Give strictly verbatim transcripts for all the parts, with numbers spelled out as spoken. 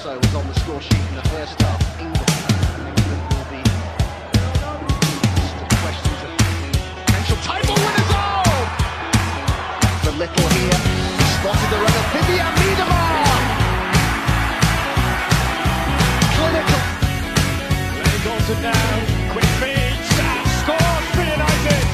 also was on the score sheet in the first half. England, England will be just the questions of potential title winners. Oh, the little here spotted the runner Vivian Miedemar. Clinical. They got it now. Quick feed. Sam scores for United.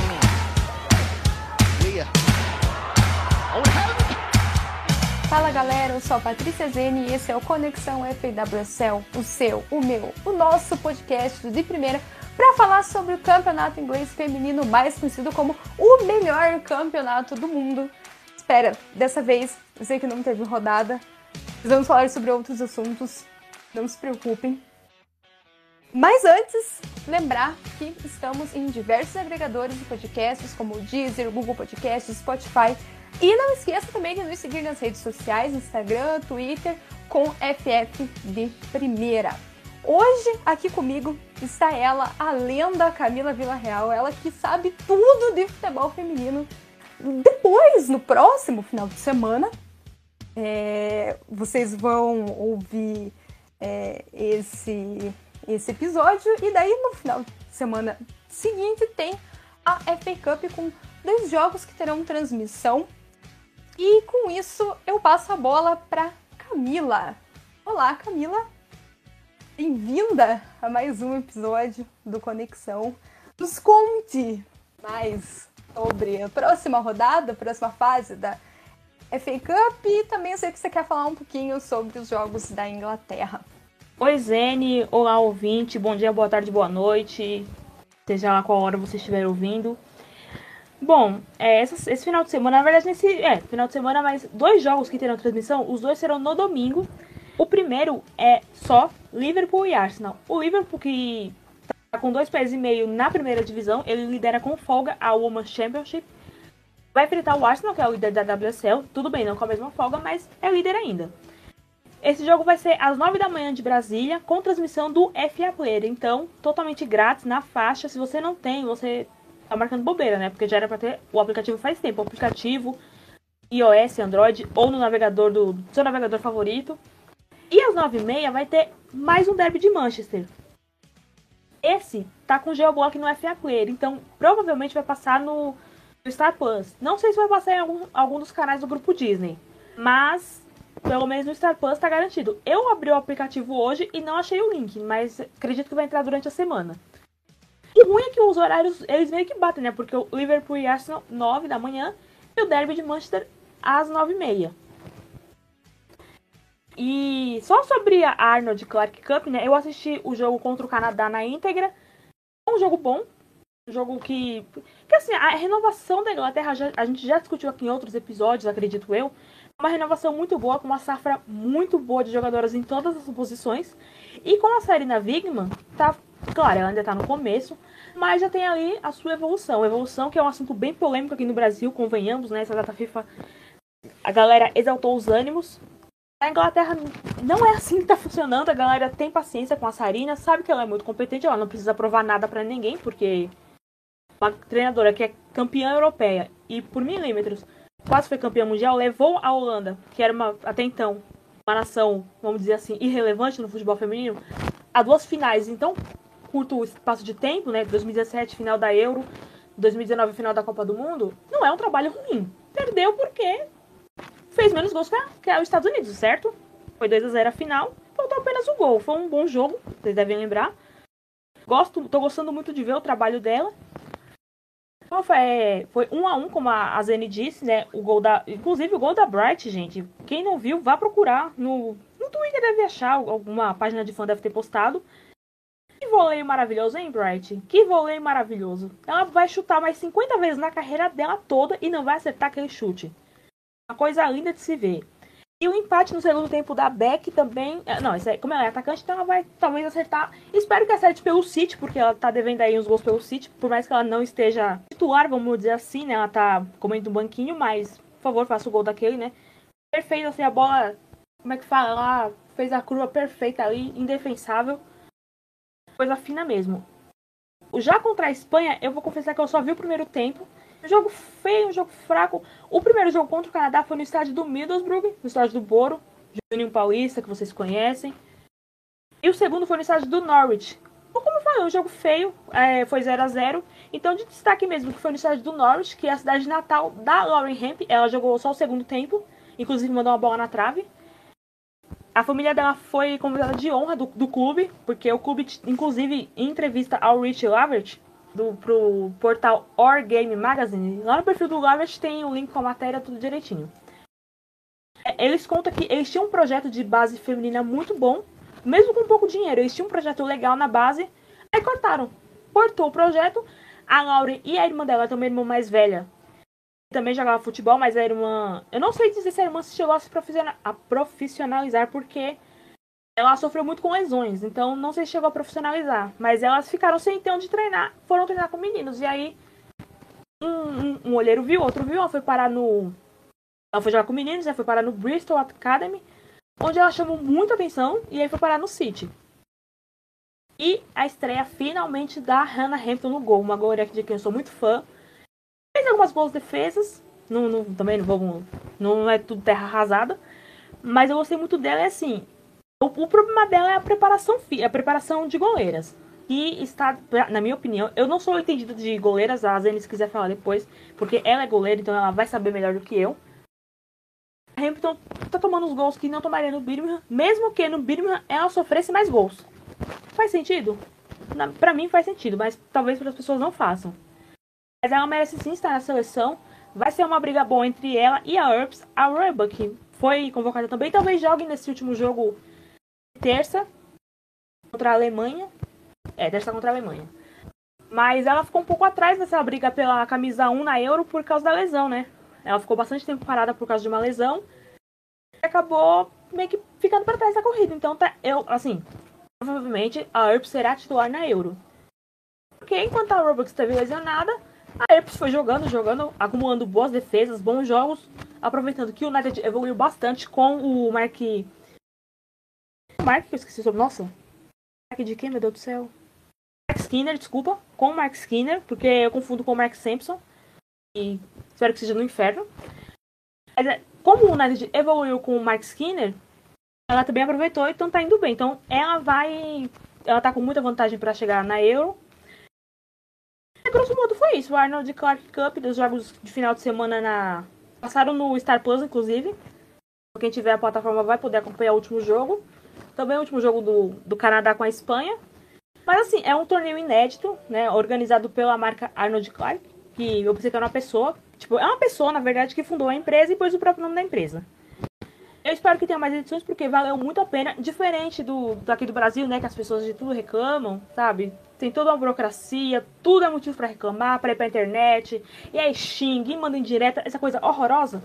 Leah. Oh, help! Fala galera, eu sou a Patrícia Zene e esse é o Conexão F A W S L, o seu, o meu, o nosso podcast de primeira para falar sobre o campeonato inglês feminino mais conhecido como o melhor campeonato do mundo. Espera, dessa vez, eu sei que não teve rodada, vamos falar sobre outros assuntos, não se preocupem. Mas antes, lembrar que estamos em diversos agregadores de podcasts como o Deezer, Google Podcasts, Spotify. E não esqueça também de nos seguir nas redes sociais, Instagram, Twitter, com F F de Primeira. Hoje, aqui comigo, está ela, a lenda Camila Villarreal, ela que sabe tudo de futebol feminino. Depois, no próximo final de semana, é, vocês vão ouvir é, esse, esse episódio e daí no final de semana seguinte tem a F A Cup com dois jogos que terão transmissão. E com isso, eu passo a bola para Camila. Olá, Camila. Bem-vinda a mais um episódio do Conexão. Nos conte mais sobre a próxima rodada, a próxima fase da F A Cup. E também eu sei que você quer falar um pouquinho sobre os jogos da Inglaterra. Oi, Zene. Olá, ouvinte. Bom dia, boa tarde, boa noite. Seja lá qual hora você estiver ouvindo. Bom, é, essa, esse final de semana, na verdade, nesse é, final de semana, mas dois jogos que terão transmissão, os dois serão no domingo. O primeiro é só Liverpool e Arsenal. O Liverpool, que tá com dois pés e meio na primeira divisão, ele lidera com folga a Women's Championship. Vai enfrentar o Arsenal, que é o líder da W S L. Tudo bem, não com a mesma folga, mas é líder ainda. Esse jogo vai ser às nove da manhã de Brasília, com transmissão do F A Player. Então, totalmente grátis, na faixa. Se você não tem, você tá marcando bobeira, né? Porque já era pra ter o aplicativo faz tempo. O aplicativo iOS, Android ou no navegador do, do seu navegador favorito. E às nove e meia vai ter mais um derby de Manchester. Esse tá com Geoblock no F A Player. Então, provavelmente vai passar no, no Star Plus. Não sei se vai passar em algum, algum dos canais do grupo Disney. Mas, pelo menos no Star Plus tá garantido. Eu abri o aplicativo hoje e não achei o link. Mas acredito que vai entrar durante a semana. O ruim é que os horários, eles meio que batem, né? Porque o Liverpool e Arsenal, nove da manhã, e o derby de Manchester, às nove e meia. E só sobre a Arnold Clark Cup, né? Eu assisti o jogo contra o Canadá na íntegra. É um jogo bom. Um jogo que... Que assim, a renovação da Inglaterra, já, a gente já discutiu aqui em outros episódios, acredito eu. Uma renovação muito boa, com uma safra muito boa de jogadoras em todas as posições. E com a Sarina Wiegman, tá... Claro, ela ainda tá no começo, mas já tem ali a sua evolução. Evolução que é um assunto bem polêmico aqui no Brasil, convenhamos, né? Essa data FIFA, a galera exaltou os ânimos. A Inglaterra não é assim que tá funcionando, a galera tem paciência com a Sarina, sabe que ela é muito competente, ela não precisa provar nada pra ninguém, porque uma treinadora que é campeã europeia e por milímetros quase foi campeã mundial, levou a Holanda, que era uma, até então uma nação, vamos dizer assim, irrelevante no futebol feminino, a duas finais. Então, curto espaço de tempo, né? dois mil e dezessete, final da Euro, dois mil e dezenove, final da Copa do Mundo, não é um trabalho ruim. Perdeu porque fez menos gols que, a, que a os Estados Unidos, certo? Foi dois a zero a final, faltou apenas o gol. Foi um bom jogo, vocês devem lembrar. Gosto, tô gostando muito de ver o trabalho dela. Então, foi, foi um a um, como a, a Zene disse, né? O gol da, inclusive o gol da Bright, gente. Quem não viu, vá procurar. No, no Twitter deve achar, alguma página de fã deve ter postado. Que voleio maravilhoso, hein, Bright? Que voleio maravilhoso. Ela vai chutar mais cinquenta vezes na carreira dela toda e não vai acertar aquele chute. Uma coisa linda de se ver. E o empate no segundo tempo da Beck também... Não, como ela é atacante, então ela vai talvez acertar. Espero que acerte pelo City, porque ela tá devendo aí uns gols pelo City. Por mais que ela não esteja titular, vamos dizer assim, né? Ela tá comendo um banquinho, mas, por favor, faça o gol daquele, né? Perfeito, assim, a bola... Como é que fala? Ela fez a curva perfeita ali, indefensável. Coisa fina mesmo. Já contra a Espanha, eu vou confessar que eu só vi o primeiro tempo. Um jogo feio, um jogo fraco. O primeiro jogo contra o Canadá foi no estádio do Middlesbrough, no estádio do Boro. Juninho Paulista, que vocês conhecem. E o segundo foi no estádio do Norwich. Como eu falei, um jogo feio, é, foi zero a zero. Então, de destaque mesmo, que foi no estádio do Norwich, que é a cidade natal da Lauren Hemp. Ela jogou só o segundo tempo, inclusive mandou uma bola na trave. A família dela foi convidada de honra do, do clube, porque o clube, inclusive, em entrevista ao Rich Lavert, do, pro portal Our Game Magazine, lá no perfil do Lavert tem o link com a matéria, tudo direitinho. Eles contam que eles tinham um projeto de base feminina muito bom, mesmo com pouco dinheiro. Eles tinham um projeto legal na base, aí cortaram. Cortou o projeto. A Lauren e a irmã dela, também a irmã mais velha, também jogava futebol, mas a irmã... Eu não sei dizer se a irmã chegou a se a profissionalizar, porque ela sofreu muito com lesões. Então, não sei se chegou a profissionalizar. Mas elas ficaram sem ter onde treinar. Foram treinar com meninos. E aí, um, um, um olheiro viu, outro viu. Ela foi parar no... Ela foi jogar com meninos, né? Foi parar no Bristol Academy, onde ela chamou muita atenção. E aí foi parar no City. E a estreia finalmente da Hannah Hampton no gol. Uma goleira de quem eu sou muito fã. Fez algumas boas defesas. Não, não, também não vou. Não é tudo terra arrasada. Mas eu gostei muito dela. É assim. O, o problema dela é a preparação, a preparação de goleiras. E está, na minha opinião, eu não sou entendida de goleiras. A Zene, se quiser falar depois. Porque ela é goleira, então ela vai saber melhor do que eu. A Hampton tá tomando os gols que não tomaria no Birmingham. Mesmo que no Birmingham ela sofresse mais gols. Faz sentido? Na, pra mim faz sentido, mas talvez para as pessoas não façam. Mas ela merece sim estar na seleção. Vai ser uma briga boa entre ela e a Earps. A Roebuck foi convocada também. Talvez jogue nesse último jogo terça contra a Alemanha. É, terça contra a Alemanha. Mas ela ficou um pouco atrás nessa briga pela camisa um na Euro por causa da lesão, né? Ela ficou bastante tempo parada por causa de uma lesão. E acabou meio que ficando para trás da corrida. Então, tá, eu, assim... Provavelmente a Earps será titular na Euro. Porque enquanto a Roebuck esteve lesionada, a Earps foi jogando, jogando, acumulando boas defesas, bons jogos, aproveitando que o United evoluiu bastante com o Mark... Mark, que eu esqueci sobre... Nossa! Mark de quem, meu Deus do céu? Mark Skinner, desculpa. Com o Mark Skinner, porque eu confundo com o Mark Sampson. E espero que seja no inferno. Mas como o United evoluiu com o Mark Skinner... Ela também aproveitou, então tá indo bem. Então ela vai... Ela tá com muita vantagem para chegar na Euro. E grosso modo foi isso. O Arnold Clark Cup dos jogos de final de semana na... Passaram no Star Plus, inclusive. Quem tiver a plataforma vai poder acompanhar o último jogo. Também o último jogo do, do Canadá com a Espanha. Mas assim, é um torneio inédito, né? Organizado pela marca Arnold Clark. Que eu pensei que era uma pessoa. Tipo, é uma pessoa, na verdade, que fundou a empresa e pôs o próprio nome da empresa. Eu espero que tenha mais edições, porque valeu muito a pena. Diferente do daqui do Brasil, né? Que as pessoas de tudo reclamam, sabe? Tem toda uma burocracia, tudo é motivo pra reclamar, pra ir pra internet. E aí xinga, e manda indireta, essa coisa horrorosa.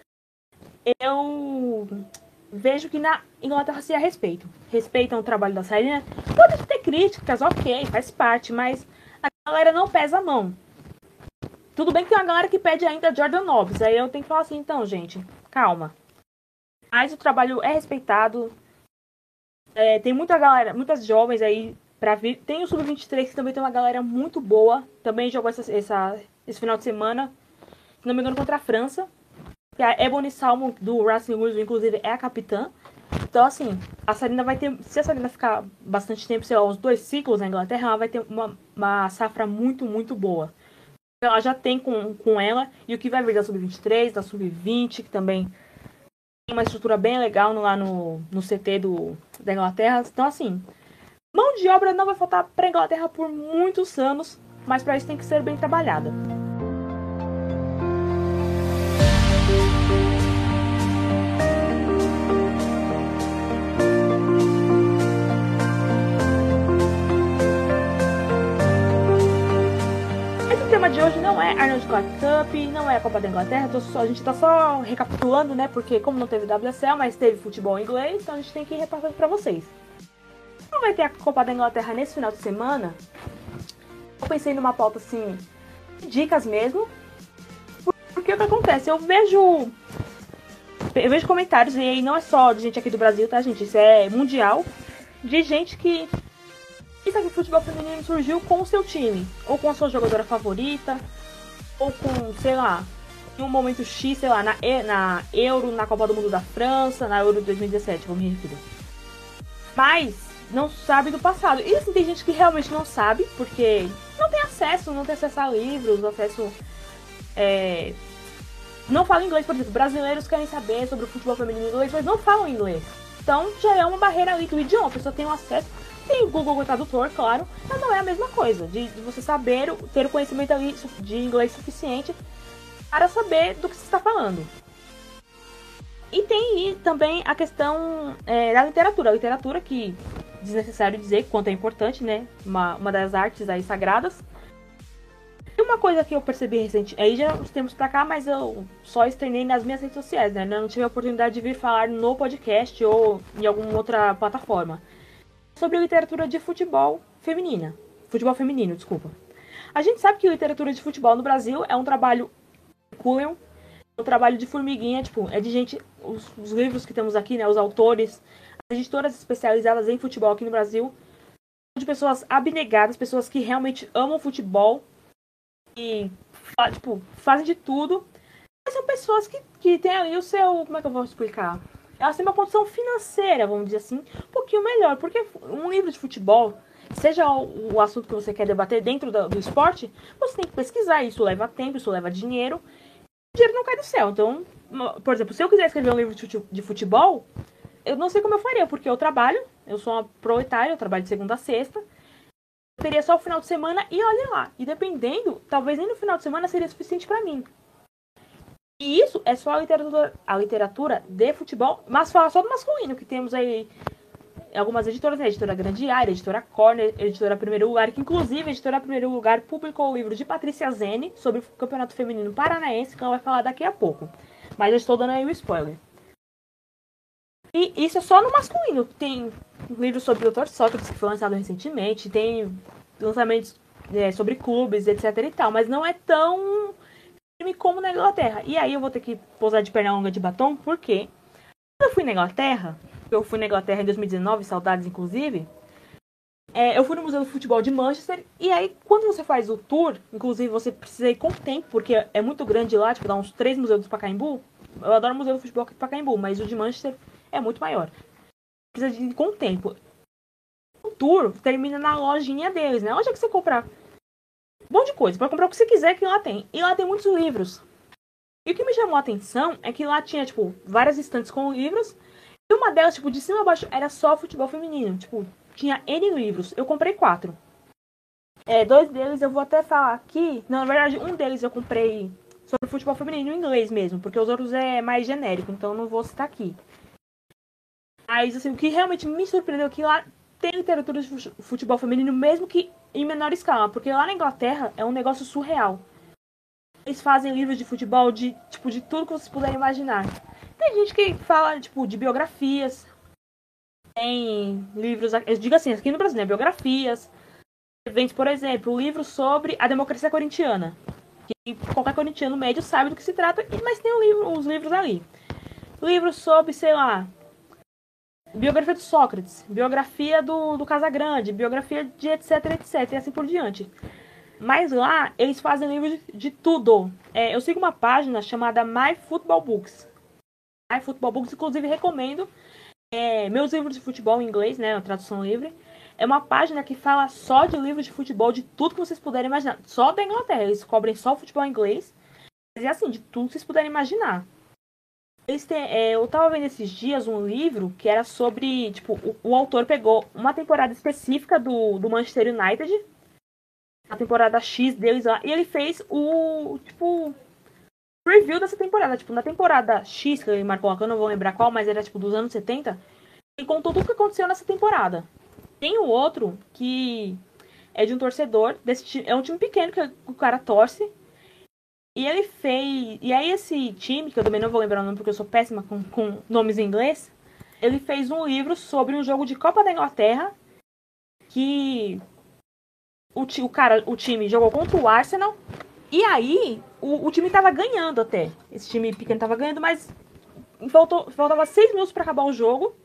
Eu vejo que na Inglaterra se há respeito. Respeitam o trabalho da Sarina. Pode ter críticas, ok, faz parte, mas a galera não pesa a mão. Tudo bem que tem uma galera que pede ainda Jordan Nobbs. Aí eu tenho que falar assim, então, gente, calma. Mas o trabalho é respeitado. É, tem muita galera, muitas jovens aí pra vir. Tem o sub vinte e três, que também tem uma galera muito boa. Também jogou essa, essa, esse final de semana, se não me engano, contra a França. E a Ebony Salmon, do Racing Louisville, inclusive, é a capitã. Então, assim, a Sarina vai ter... Se a Sarina ficar bastante tempo, sei lá, uns dois ciclos na Inglaterra, ela vai ter uma, uma safra muito, muito boa. Ela já tem com, com ela. E o que vai vir da sub vinte e três, da sub vinte, que também... uma estrutura bem legal no, lá no, no C T do, da Inglaterra. Então, assim, mão de obra não vai faltar para a Inglaterra por muitos anos, mas para isso tem que ser bem trabalhada. Esse tema de hoje não é Arnold Clark Cup, não é a Copa da Inglaterra, tô só, a gente tá só recapitulando, né, porque como não teve W S L, mas teve futebol inglês, então a gente tem que ir repassando pra vocês. Como vai ter a Copa da Inglaterra nesse final de semana, eu pensei numa pauta, assim, dicas mesmo, porque o que acontece, eu vejo, eu vejo comentários, e aí não é só de gente aqui do Brasil, tá, gente, isso é mundial, de gente que... Isso aqui, o futebol feminino surgiu com o seu time, ou com a sua jogadora favorita, ou com, sei lá, em um momento X, sei lá, na, na Euro, na Copa do Mundo da França, na Euro de dois mil e dezessete, vamos me referir. Mas não sabe do passado. E assim, tem gente que realmente não sabe, porque não tem acesso, não tem acesso a livros, acesso... É... Não fala inglês, por exemplo. Brasileiros querem saber sobre o futebol feminino inglês, mas não falam inglês. Então já é uma barreira ali do idioma. A pessoa tem um acesso, tem o Google Tradutor, claro, mas não é a mesma coisa. De, de você saber, ter o conhecimento ali de inglês suficiente para saber do que você está falando. E tem e também a questão é, da literatura. A literatura que, desnecessário dizer quanto é importante, né? Uma, uma das artes aí sagradas. E uma coisa que eu percebi recente, aí já uns tempos pra cá, mas eu só externei nas minhas redes sociais, né? Eu não tive a oportunidade de vir falar no podcast ou em alguma outra plataforma. Sobre literatura de futebol feminina. Futebol feminino, desculpa. A gente sabe que literatura de futebol no Brasil é um trabalho hercúleo, um trabalho de formiguinha, tipo, é de gente, os, os livros que temos aqui, né? Os autores, as editoras especializadas em futebol aqui no Brasil, de pessoas abnegadas, pessoas que realmente amam futebol, e tipo, fazem de tudo, mas são pessoas que, que têm ali o seu, como é que eu vou explicar? Elas têm uma condição financeira, vamos dizer assim, um pouquinho melhor, porque um livro de futebol, seja o, o assunto que você quer debater dentro do, do esporte, você tem que pesquisar, isso leva tempo, isso leva dinheiro, o dinheiro não cai do céu. Então, por exemplo, se eu quiser escrever um livro de futebol, eu não sei como eu faria, porque eu trabalho, eu sou uma proletária, eu trabalho de segunda a sexta, eu teria só o final de semana e olha lá. E dependendo, talvez nem no final de semana seria suficiente pra mim. E isso é só a literatura, a literatura de futebol, mas fala só do masculino, que temos aí algumas editoras, né? Editora Grande Área, Editora Corner, Editora Primeiro Lugar, que inclusive a Editora Primeiro Lugar publicou o livro de Patrícia Zene sobre o Campeonato Feminino Paranaense, que ela vai falar daqui a pouco. Mas eu estou dando aí o spoiler. E isso é só no masculino. Tem livros sobre o doutor Sócrates, que foi lançado recentemente. Tem lançamentos é, sobre clubes, etc e tal. Mas não é tão firme como na Inglaterra. E aí eu vou ter que pousar de perna longa de batom, porque quando eu fui na Inglaterra, eu fui na Inglaterra em dois mil e dezenove, saudades inclusive, é, eu fui no Museu do Futebol de Manchester. E aí, quando você faz o tour, inclusive você precisa ir com tempo, porque é muito grande lá, tipo, dá uns três museus do Pacaembu. Eu adoro o Museu do Futebol aqui do Pacaembu, mas o de Manchester é muito maior. Precisa de ir com o tempo. O tour termina na lojinha deles, né? Onde é que você compra um monte de coisa. Pode comprar o que você quiser que lá tem. E lá tem muitos livros. E o que me chamou a atenção é que lá tinha, tipo, várias estantes com livros. E uma delas, tipo, de cima a baixo, era só futebol feminino. Tipo, tinha N livros. Eu comprei quatro. É, dois deles eu vou até falar aqui. Não, na verdade, um deles eu comprei sobre futebol feminino em inglês mesmo. Porque os outros é mais genérico. Então eu não vou citar aqui. Mas, assim, o que realmente me surpreendeu é que lá tem literatura de futebol feminino, mesmo que em menor escala. Porque lá na Inglaterra é um negócio surreal. Eles fazem livros de futebol de, tipo, de tudo que vocês puderem imaginar. Tem gente que fala, tipo, de biografias. Tem livros, eu digo assim, aqui no Brasil, né? Biografias. Eventos, por exemplo, um livro sobre a democracia corintiana. Que qualquer corintiano médio sabe do que se trata, mas tem um livro, os livros ali. Livros sobre, sei lá, biografia do Sócrates, biografia do, do Casagrande, biografia de etc, etc, e assim por diante. Mas lá, eles fazem livros de, de tudo. É, eu sigo uma página chamada My Football Books. My Football Books, inclusive, recomendo. É, meus livros de futebol em inglês, né, a tradução livre. É uma página que fala só de livros de futebol, de tudo que vocês puderem imaginar. Só da Inglaterra, eles cobrem só o futebol em inglês. Mas é assim, de tudo que vocês puderem imaginar. Eles têm, é, eu tava vendo esses dias um livro que era sobre, tipo, o, o autor pegou uma temporada específica do, do Manchester United, a temporada X deles lá, e ele fez o, tipo, review dessa temporada. Tipo, na temporada X, que ele marcou lá, que eu não vou lembrar qual, mas era, tipo, dos anos setenta, ele contou tudo o que aconteceu nessa temporada. Tem o outro que é de um torcedor, desse time, é um time pequeno que o cara torce, e ele fez... E aí esse time, que eu também não vou lembrar o nome porque eu sou péssima com, com nomes em inglês, ele fez um livro sobre um jogo de Copa da Inglaterra que o, o cara, o time jogou contra o Arsenal e aí o, o time tava ganhando até. Esse time pequeno tava ganhando, mas faltou, faltava seis minutos para acabar o jogo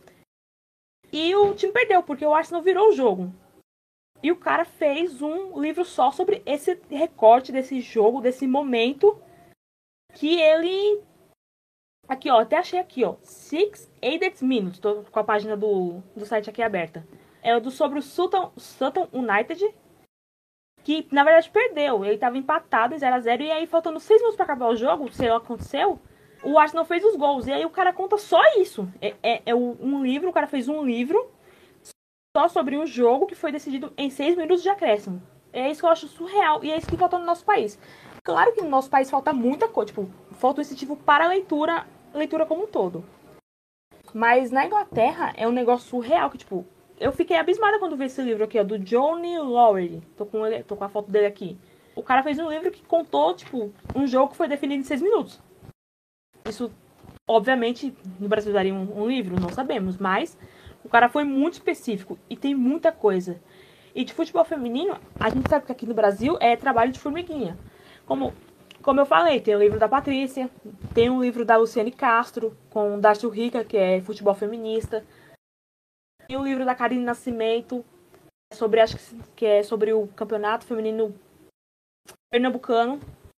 e o time perdeu porque o Arsenal virou o jogo. E o cara fez um livro só sobre esse recorte desse jogo, desse momento que ele... Aqui, ó, até achei aqui, ó. Six Eight Minutes. Tô com a página do, do site aqui aberta. É do, sobre o Sutton, Sutton United, que, na verdade, perdeu. Ele tava empatado em zero a zero, e aí, faltando seis minutos pra acabar o jogo, sei lá o que aconteceu, o Arsenal fez os gols. E aí o cara conta só isso. É, é, é um livro, o cara fez um livro só sobre um jogo que foi decidido em seis minutos de acréscimo. É isso que eu acho surreal. E é isso que falta no nosso país. Claro que no nosso país falta muita coisa. Tipo, falta um incentivo para a leitura, leitura como um todo. Mas na Inglaterra é um negócio surreal. Que, tipo, eu fiquei abismada quando vi esse livro aqui, ó, do Johnny Lowery. Tô com, ele, tô com a foto dele aqui. O cara fez um livro que contou, tipo, um jogo que foi definido em seis minutos. Isso, obviamente, no Brasil daria um, um livro, não sabemos. Mas o cara foi muito específico e tem muita coisa. E de futebol feminino, a gente sabe que aqui no Brasil é trabalho de formiguinha. Como, como eu falei, tem o livro da Patrícia, tem um livro da Luciane Castro, com Darcio Rica, que é futebol feminista. Tem o livro da Karine Nascimento, sobre, acho que, que é sobre o campeonato feminino pernambucano.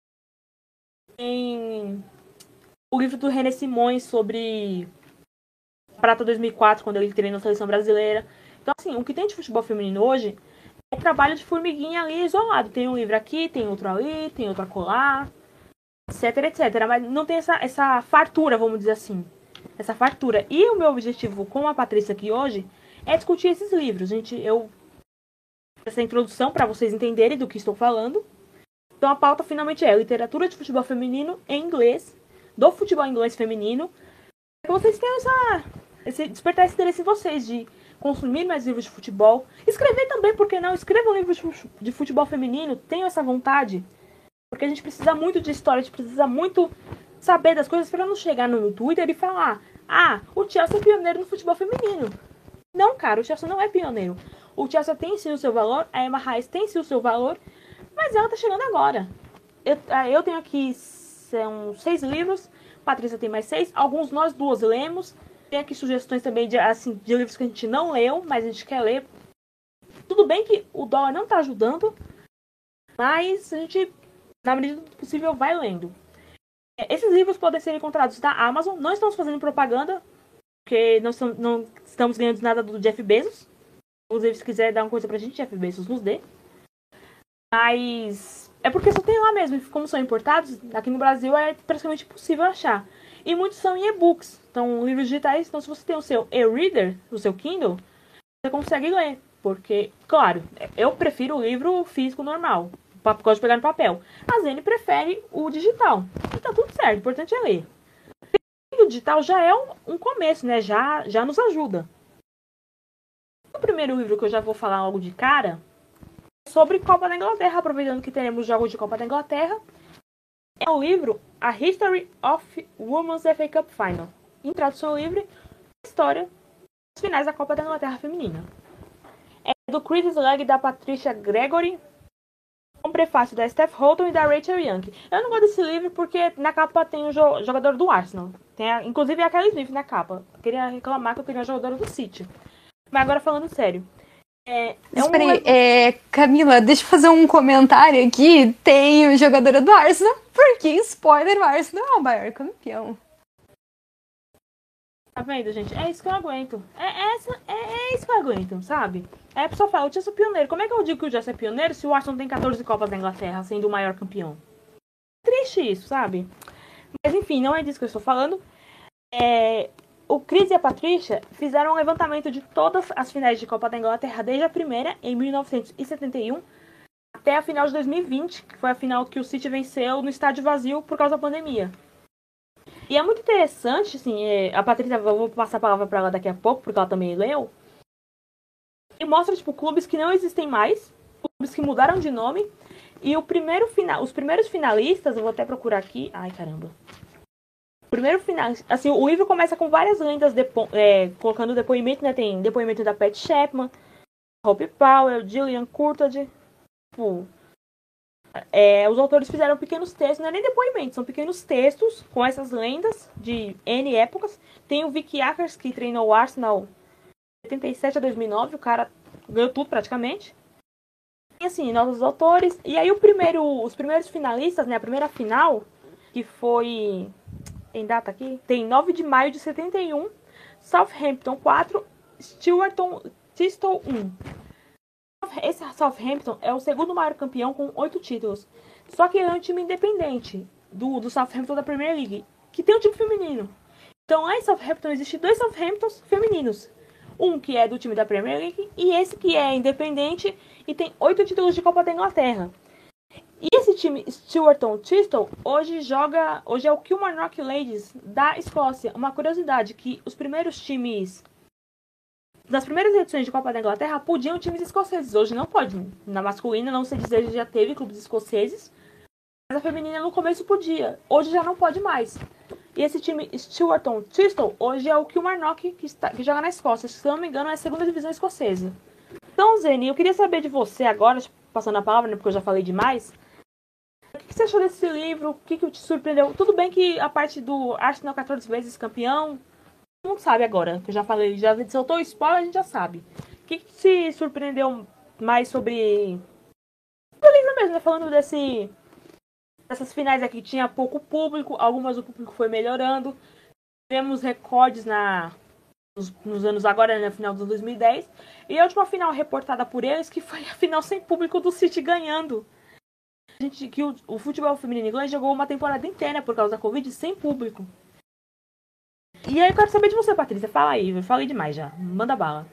Tem o livro do René Simões sobre Prata dois mil e quatro, quando ele treinou na seleção brasileira. Então, assim, o que tem de futebol feminino hoje é trabalho de formiguinha ali isolado. Tem um livro aqui, tem outro ali, tem outro acolá, etc, etcétera. Mas não tem essa, essa fartura, vamos dizer assim. Essa fartura. E o meu objetivo com a Patrícia aqui hoje é discutir esses livros. Gente, eu... essa introdução para vocês entenderem do que estou falando. Então, a pauta finalmente é literatura de futebol feminino em inglês, do futebol inglês feminino. Para que vocês tenham essa... esse, despertar esse interesse em vocês de consumir mais livros de futebol. Escrever também, porque não? Escrevam livros de futebol feminino, tenham essa vontade. Porque a gente precisa muito de história, a gente precisa muito saber das coisas para não chegar no Twitter e falar: ah, o Chelsea é pioneiro no futebol feminino. Não, cara, o Chelsea não é pioneiro. O Chelsea tem sim o seu valor, a Emma Hayes tem sim o seu valor, mas ela tá chegando agora. Eu, eu tenho aqui são seis livros, Patrícia tem mais seis, alguns nós duas lemos. Tem aqui sugestões também de, assim, de livros que a gente não leu, mas a gente quer ler. Tudo bem que o dólar não está ajudando, mas a gente, na medida do possível, vai lendo. Esses livros podem ser encontrados na Amazon. Não estamos fazendo propaganda, porque não estamos, não estamos ganhando nada do Jeff Bezos. Inclusive, se quiser dar uma coisa pra gente, Jeff Bezos nos dê. Mas é porque só tem lá mesmo. E como são importados, aqui no Brasil é praticamente impossível achar. E muitos são em e-books, então livros digitais. Então, se você tem o seu e-reader, o seu Kindle, você consegue ler. Porque, claro, eu prefiro o livro físico normal, gosto de pegar no papel. A Zene prefere o digital. E tá tudo certo, o importante é ler. O digital já é um, um começo, né? Já, já nos ajuda. O primeiro livro que eu já vou falar logo de cara é sobre Copa da Inglaterra, aproveitando que teremos jogos de Copa da Inglaterra. É o livro A History of Women's F A Cup Final. Em tradução livre, a história dos finais da Copa da Inglaterra feminina. É do Chris Slug e da Patricia Gregory, com prefácio da Steph Houghton e da Rachel Young. Eu não gosto desse livro porque na capa tem o jo- jogador do Arsenal. Tem a, inclusive é a Kelly Smith na capa. Eu queria reclamar que eu queria a jogadora do City. Mas agora falando sério. É, é um... Peraí, é, Camila, deixa eu fazer um comentário aqui. Tem o jogador do Arsenal, porque, spoiler, o Arsenal é o maior campeão. Tá vendo, gente? É isso que eu aguento. É, é, essa, é, é isso que eu aguento, sabe? Aí a pessoa fala, o Chelsea é pioneiro. Como é que eu digo que o Chelsea é pioneiro se o Arsenal tem catorze Copas da Inglaterra, sendo o maior campeão? Triste isso, sabe? Mas enfim, não é disso que eu estou falando. É... O Chris e a Patricia fizeram um levantamento de todas as finais de Copa da Inglaterra, desde a primeira, em mil novecentos e setenta e um, até a final de dois mil e vinte, que foi a final que o City venceu no estádio vazio por causa da pandemia. E é muito interessante, assim, é, a Patrícia, eu vou passar a palavra para ela daqui a pouco, porque ela também leu, e mostra, tipo, clubes que não existem mais, clubes que mudaram de nome, e o primeiro final, os primeiros finalistas, eu vou até procurar aqui, ai caramba, primeiro final, assim, o livro começa com várias lendas depo- é, colocando depoimento, né? Tem depoimento da Pat Chapman, Hope Powell, Gillian Courtney. Tipo, é, os autores fizeram pequenos textos, não é nem depoimentos, são pequenos textos com essas lendas de N épocas. Tem o Vicky Akers, que treinou o Arsenal de setenta e sete a dois mil e nove, o cara ganhou tudo praticamente. E assim, novos autores. E aí o primeiro, os primeiros finalistas, né? A primeira final que foi, tem data aqui? Tem nove de maio de setenta e um, Southampton quatro, Stewarton Thistle um. Esse Southampton é o segundo maior campeão com oito títulos. Só que ele é um time independente do, do Southampton da Premier League, que tem um time feminino. Então lá em Southampton existem dois Southamptons femininos. Um que é do time da Premier League e esse que é independente e tem oito títulos de Copa da Inglaterra. E esse time Stewarton Thistle hoje joga, hoje é o Kilmarnock Ladies da Escócia. Uma curiosidade, que os primeiros times das primeiras edições de Copa da Inglaterra podiam times escoceses. Hoje não pode. Na masculina, não sei dizer, já teve clubes escoceses. Mas a feminina no começo podia. Hoje já não pode mais. E esse time Stewarton Thistle hoje é o Kilmarnock que, está, que joga na Escócia. Se eu não me engano, é a segunda divisão escocesa. Então, Zeni, eu queria saber de você agora, passando a palavra, né, porque eu já falei demais. O que você achou desse livro? O que, que te surpreendeu? Tudo bem que a parte do Arsenal quatorze vezes campeão, todo mundo sabe agora, que eu já falei, já soltou o spoiler, a gente já sabe. O que, que te surpreendeu mais sobre o livro mesmo, né? Falando desse, dessas finais aqui, tinha pouco público, algumas o público foi melhorando. Tivemos recordes na, nos, nos anos agora, no final de dois mil e dez. E a última final reportada por eles, que foi a final sem público do City ganhando. A gente, que o, o futebol feminino inglês jogou uma temporada inteira por causa da Covid sem público. E aí eu quero saber de você, Patrícia. Fala aí, eu falei demais já. Manda bala.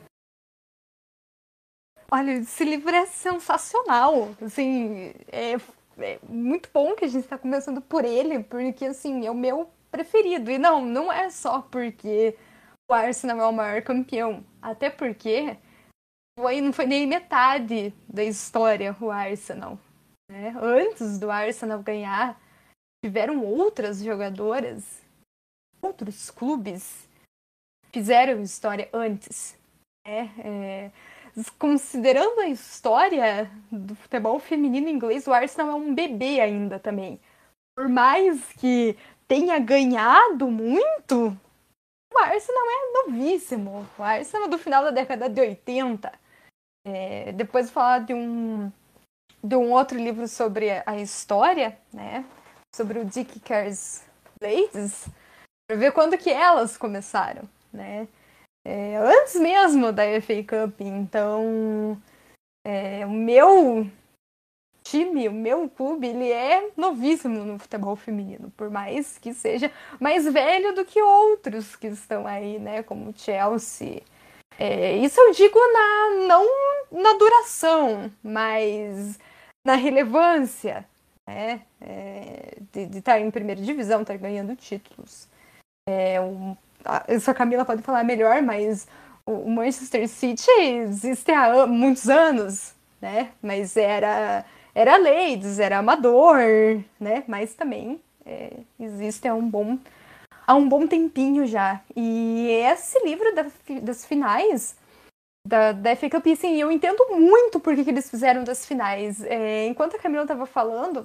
Olha, esse livro é sensacional. Assim, é, é muito bom que a gente está começando por ele, porque assim, é o meu preferido. E não, não é só porque o Arsenal é o maior campeão. Até porque foi, não foi nem metade da história o Arsenal. Né? Antes do Arsenal ganhar, tiveram outras jogadoras, outros clubes fizeram história antes. Né? É, considerando a história do futebol feminino inglês, o Arsenal é um bebê ainda também. Por mais que tenha ganhado muito, o Arsenal é novíssimo. O Arsenal é do final da década de oitenta. É, depois de falar de um de um outro livro sobre a história, né, sobre o Dick Care's Ladies, para ver quando que elas começaram, né, é, antes mesmo da F A Cup. Então, é, o meu time, o meu clube, ele é novíssimo no futebol feminino, por mais que seja mais velho do que outros que estão aí, né, como o Chelsea. É, isso eu digo na, não na duração, mas na relevância, né? É, de estar em primeira divisão, estar ganhando títulos. É, um, a, isso a Camila pode falar melhor, mas o, o Manchester City existe há muitos anos, né? Mas era, era Ladies, era amador, né? Mas também é, existe há um bom há um bom tempinho já. E esse livro da, das finais da, da F A Cup, assim, eu entendo muito por que, que eles fizeram das finais. É, enquanto a Camila estava falando,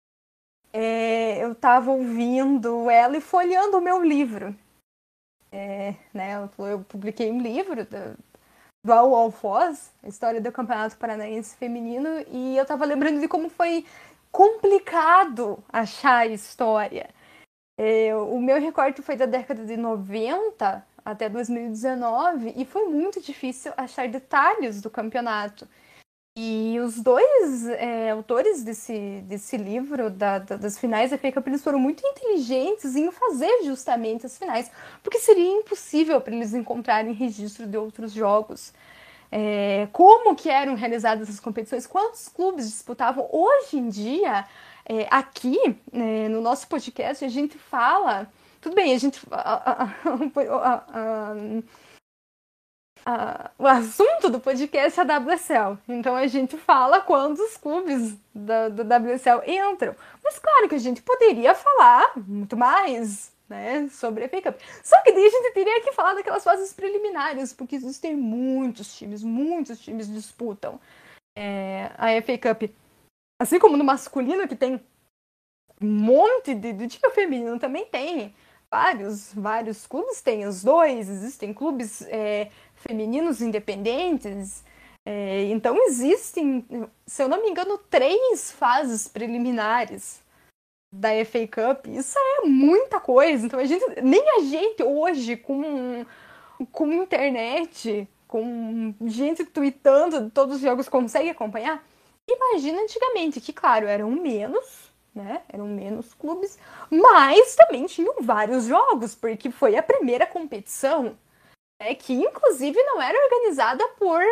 é, eu estava ouvindo ela e folheando o meu livro. É, né, eu, eu publiquei um livro da, do All All Foz, a história do Campeonato Paranaense Feminino, e eu estava lembrando de como foi complicado achar a história. É, o meu recorte foi da década de noventa até dois mil e dezenove e foi muito difícil achar detalhes do campeonato. E os dois é, autores desse, desse livro, da, da, das finais da F A Cup, eles foram muito inteligentes em fazer justamente as finais, porque seria impossível para eles encontrarem registro de outros jogos. É, como que eram realizadas as competições, quantos clubes disputavam. Hoje em dia, é, aqui, é, no nosso podcast, a gente fala... Tudo bem, a gente... A, a, a, a, o assunto do podcast é a W S L. Então, a gente fala quando os clubes da, do W S L entram. Mas, claro que a gente poderia falar muito mais, né, sobre a F A Cup. Só que daí a gente teria que falar daquelas fases preliminares, porque existem muitos times, muitos times disputam é, a F A Cup. Assim como no masculino, que tem um monte de, de time feminino, também tem vários, vários clubes, tem os dois, existem clubes é, femininos independentes, é, então existem, se eu não me engano, três fases preliminares da F A Cup, isso é muita coisa. Então a gente, nem a gente hoje, com, com internet, com gente tweetando todos os jogos, consegue acompanhar. Imagina antigamente, que claro, eram menos, né? Eram menos clubes, mas também tinham vários jogos, porque foi a primeira competição, né, que inclusive não era organizada por,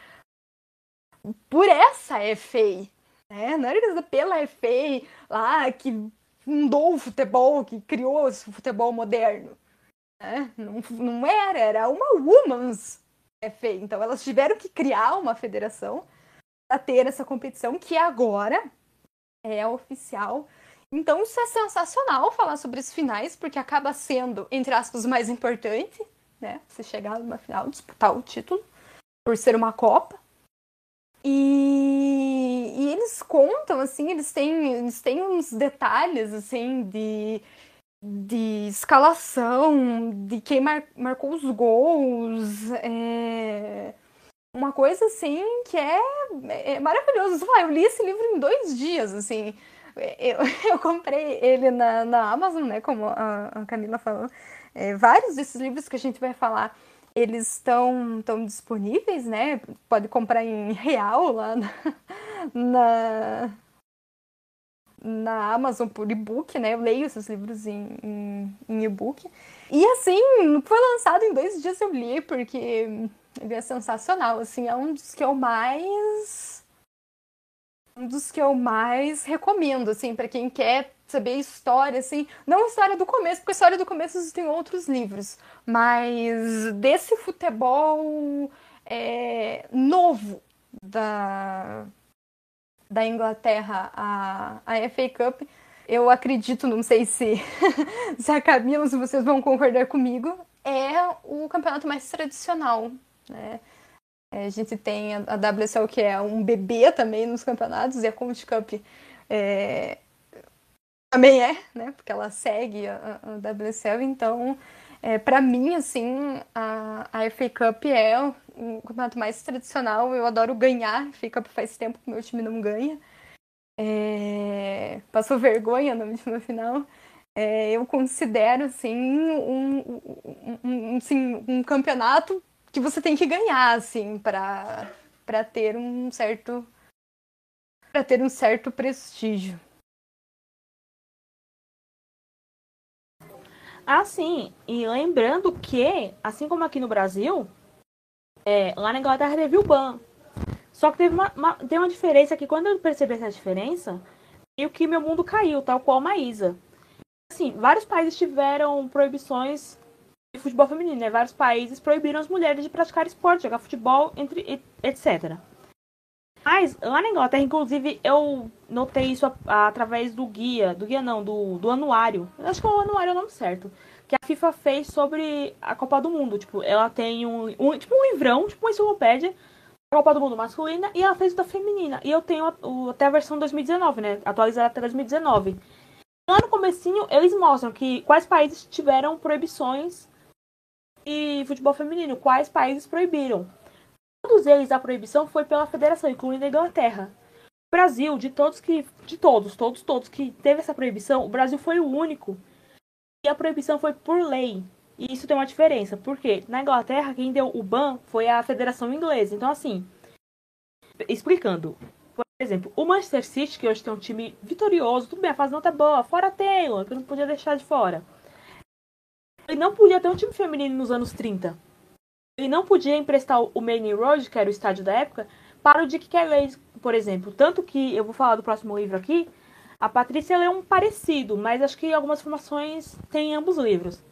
por essa F A. É, não era organizada pela F A lá que fundou o futebol, que criou esse futebol moderno. É, não, não era, era uma Women's F A. Então elas tiveram que criar uma federação para ter essa competição que agora é oficial. Então isso é sensacional falar sobre os finais, porque acaba sendo, entre aspas, mais importante, né? Você chegar numa final, disputar o título, por ser uma Copa. E, e eles contam, assim, eles têm, eles têm uns detalhes, assim, de, de escalação, de quem mar, marcou os gols, é, uma coisa, assim, que é, é maravilhoso. Eu li esse livro em dois dias, assim, eu, eu comprei ele na, na Amazon, né, como a, a Camila falou. É, vários desses livros que a gente vai falar, eles estão tão disponíveis, né? Pode comprar em real lá na, na, na Amazon por e-book, né? Eu leio esses livros em, em, em e-book. E assim, foi lançado em dois dias, eu li, porque ele é sensacional. Assim, é um dos que eu mais... Um dos que eu mais recomendo, assim, para quem quer saber história, assim, não a história do começo, porque a história do começo existem outros livros, mas desse futebol é, novo da, da Inglaterra, a, a F A Cup, eu acredito, não sei se, se a Camila, se vocês vão concordar comigo, é o campeonato mais tradicional, né? A gente tem a W S L, que é um bebê também nos campeonatos, e a Conti Cup é, também é, né? Porque ela segue a, a W S L. Então, é, para mim, assim, a, a F A Cup é o, o campeonato mais tradicional. Eu adoro ganhar. A F A Cup faz tempo que meu time não ganha. É, passou vergonha na última final. É, eu considero, assim, um, um, um, assim, um campeonato que você tem que ganhar, assim, para para ter um certo para ter um certo prestígio. Ah, sim. E lembrando que, assim como aqui no Brasil, é, lá na Inglaterra teve o ban. Só que teve uma, uma, tem uma diferença que, quando eu percebi essa diferença, meio que meu mundo caiu, tal qual Maísa. Assim, vários países tiveram proibições de futebol feminino, né? Vários países proibiram as mulheres de praticar esporte, jogar futebol, entre, etcétera. Mas lá na Inglaterra, inclusive, eu notei isso a, a, através do guia, do guia não, do, do anuário. Eu acho que o anuário é o nome certo. Que a FIFA fez sobre a Copa do Mundo. Tipo, ela tem um, um tipo um livrão, tipo uma enciclopédia da Copa do Mundo masculina, e ela fez da feminina. E eu tenho a, o, até a versão dois mil e dezenove, né? Atualizada até dois mil e dezenove. Lá no comecinho, eles mostram que quais países tiveram proibições de futebol feminino, quais países proibiram. Todos eles, a proibição foi pela federação, incluindo a Inglaterra. O Brasil, de todos que, de todos, todos, todos que teve essa proibição, o Brasil foi o único e a proibição foi por lei. E isso tem uma diferença, porque na Inglaterra quem deu o ban foi a federação inglesa. Então, assim, explicando, por exemplo, o Manchester City, que hoje tem um time vitorioso, tudo bem, a fase não tá boa, fora a Taylor, que eu não podia deixar de fora. Ele não podia ter um time feminino nos anos trinta. Ele não podia emprestar o Maine Road, que era o estádio da época, para o Dick Kelly, por exemplo. Tanto que, eu vou falar do próximo livro aqui, a Patrícia é um parecido, mas acho que algumas informações tem em ambos os livros.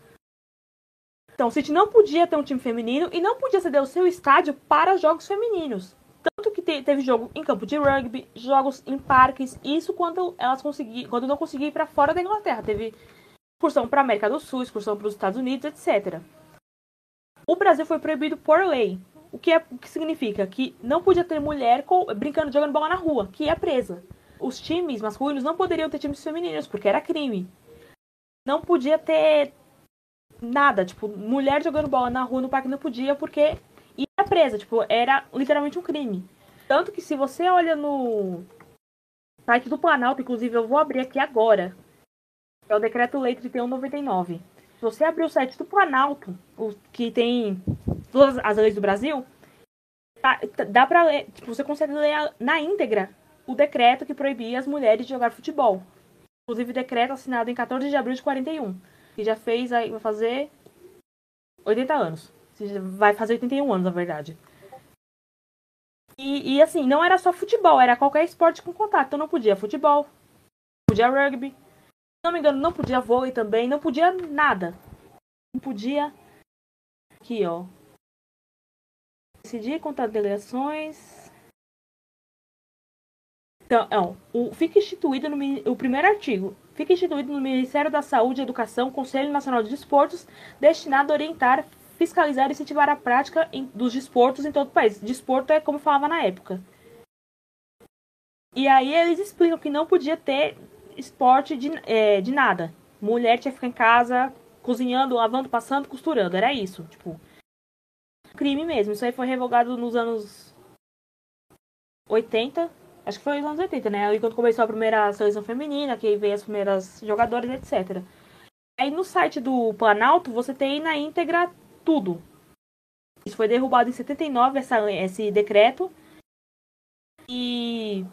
Então, o City não podia ter um time feminino e não podia ceder o seu estádio para jogos femininos. Tanto que te, teve jogo em campo de rugby, jogos em parques, isso quando elas conseguiam, quando não conseguiam ir para fora da Inglaterra. Teve excursão para a América do Sul, excursão para os Estados Unidos, etcétera. O Brasil foi proibido por lei. O que, é, o que significa? Que não podia ter mulher com, brincando, jogando bola na rua, que ia presa. Os times masculinos não poderiam ter times femininos, porque era crime. Não podia ter nada, tipo, mulher jogando bola na rua, no parque, não podia, porque ia presa, tipo, era literalmente um crime. Tanto que, se você olha no site do Planalto, inclusive eu vou abrir aqui agora, É o Decreto-Lei trinta e um noventa e nove. Se você abrir o site do Planalto, o que tem todas as leis do Brasil, dá, dá pra ler, tipo, você consegue ler na íntegra o decreto que proibia as mulheres de jogar futebol. Inclusive, decreto assinado em quatorze de abril de quarenta e um, que já fez, aí, vai fazer oitenta anos. Vai fazer oitenta e um anos, na verdade. E, e, assim, não era só futebol, era qualquer esporte com contato. Então, não podia futebol, não podia rugby, se não me engano, não podia vôlei também, não podia nada. Não podia... Aqui, ó. Decidir contra delegações... Então, ó, o, fica instituído no o primeiro artigo. Fica instituído no Ministério da Saúde e Educação, Conselho Nacional de Desportos, destinado a orientar, fiscalizar e incentivar a prática em, dos desportos em todo o país. Desporto é como falava na época. E aí eles explicam que não podia ter esporte de, é, de nada. Mulher tinha que ficar em casa, cozinhando, lavando, passando, costurando. Era isso, tipo... Crime mesmo. Isso aí foi revogado nos anos oitenta. Acho que foi nos anos oitenta, né? Aí quando começou a primeira seleção feminina, que aí veio as primeiras jogadoras, etcétera. Aí no site do Planalto, você tem na íntegra tudo. Isso foi derrubado em setenta e nove, essa, esse decreto. E...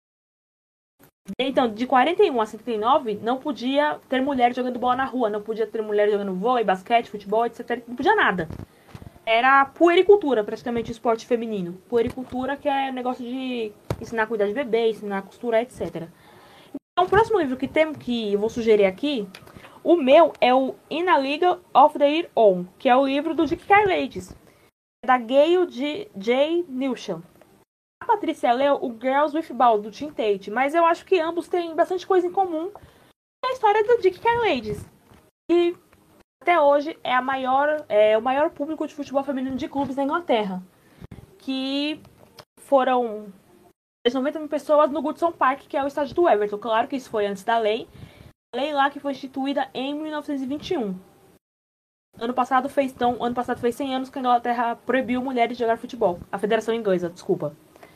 Então, de quarenta e um a setenta e nove, não podia ter mulher jogando bola na rua, não podia ter mulher jogando vôlei, basquete, futebol, etcétera. Não podia nada. Era puericultura, praticamente, o esporte feminino. Puericultura, que é negócio de ensinar a cuidar de bebê, ensinar a costurar, etcétera. Então, o próximo livro que tem, que eu vou sugerir aqui, o meu é o In a League of Their Own, que é o livro do Dick Carlades, da Gayle J. Newsham. A Patrícia leu o Girls with Balls, do Tim Tate, mas eu acho que ambos têm bastante coisa em comum. É a história do Dick Carlades. E até hoje é, a maior, é o maior público de futebol feminino de clubes na Inglaterra. Que foram noventa mil pessoas no Goodson Park, que é o estádio do Everton. Claro que isso foi antes da lei. A lei lá que foi instituída em mil novecentos e vinte e um. Ano passado fez, então, ano passado fez cem anos que a Inglaterra proibiu mulheres de jogar futebol. A Federação Inglesa, desculpa.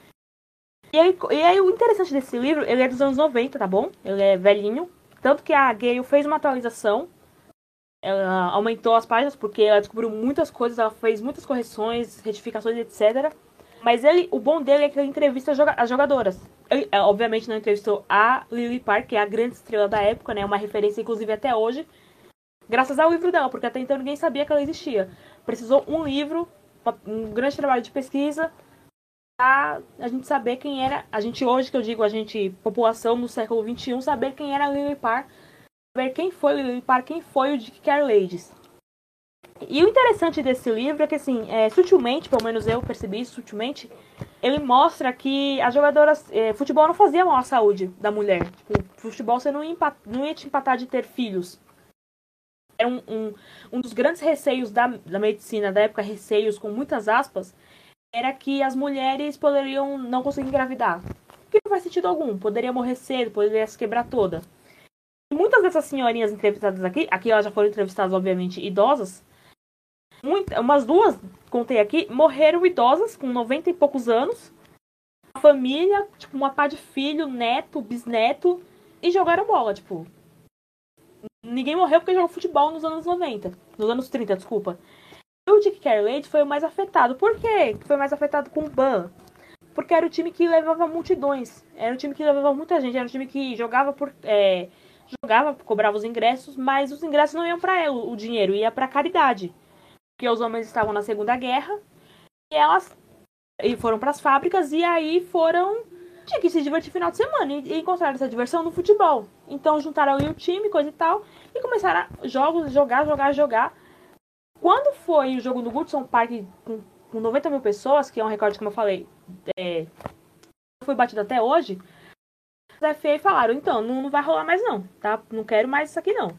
E aí, e aí o interessante desse livro, ele é dos anos noventa, tá bom? Ele é velhinho. Tanto que a Gayle fez uma atualização. Ela aumentou as páginas porque ela descobriu muitas coisas, ela fez muitas correções, retificações, etcétera. Mas ele, o bom dele é que ele entrevista as jogadoras. Ele, obviamente, não entrevistou a Lily Park, que é a grande estrela da época, né? Uma referência, inclusive, até hoje. Graças ao livro dela, porque até então ninguém sabia que ela existia. Precisou um livro, um grande trabalho de pesquisa, pra a gente saber quem era... A gente hoje, que eu digo, a gente, população no século vinte e um, saber quem era a Lily Park, saber quem foi o Lily Park, quem foi o Dick Carlades. E o interessante desse livro é que, assim, é, sutilmente, pelo menos eu percebi isso sutilmente, ele mostra que as jogadoras... É, futebol não fazia mal à saúde da mulher. Tipo, futebol você não ia, não ia te empatar de ter filhos. Era um, um, um dos grandes receios da, da medicina, da época, receios com muitas aspas, era que as mulheres poderiam não conseguir engravidar. O que não faz sentido algum. Poderia morrer cedo, poderia se quebrar toda. E muitas dessas senhorinhas entrevistadas aqui, aqui elas já foram entrevistadas, obviamente, idosas, Muita, umas duas, contei aqui, morreram idosas, com noventa e poucos anos. A família, tipo, uma pá de filho, neto, bisneto, e jogaram bola, tipo. Ninguém morreu porque jogou futebol nos anos noventa. Nos anos trinta, desculpa. E o Dick Carlades foi o mais afetado. Por quê? Foi mais afetado com o Ban. Porque era o time que levava multidões. Era o time que levava muita gente. Era o time que jogava por... É, jogava, cobrava os ingressos, mas os ingressos não iam pra ela, o dinheiro ia pra caridade. Porque os homens estavam na Segunda Guerra e elas e foram para as fábricas e aí foram... Tinha que se divertir no final de semana e, e encontraram essa diversão no futebol. Então juntaram ali o time, coisa e tal, e começaram a jogos, jogar, jogar, jogar. Quando foi o jogo no Goodson Park com, com noventa mil pessoas, que é um recorde, como eu falei, é, foi batido até hoje, os F A falaram, então, não, não vai rolar mais não, tá? Não quero mais isso aqui não.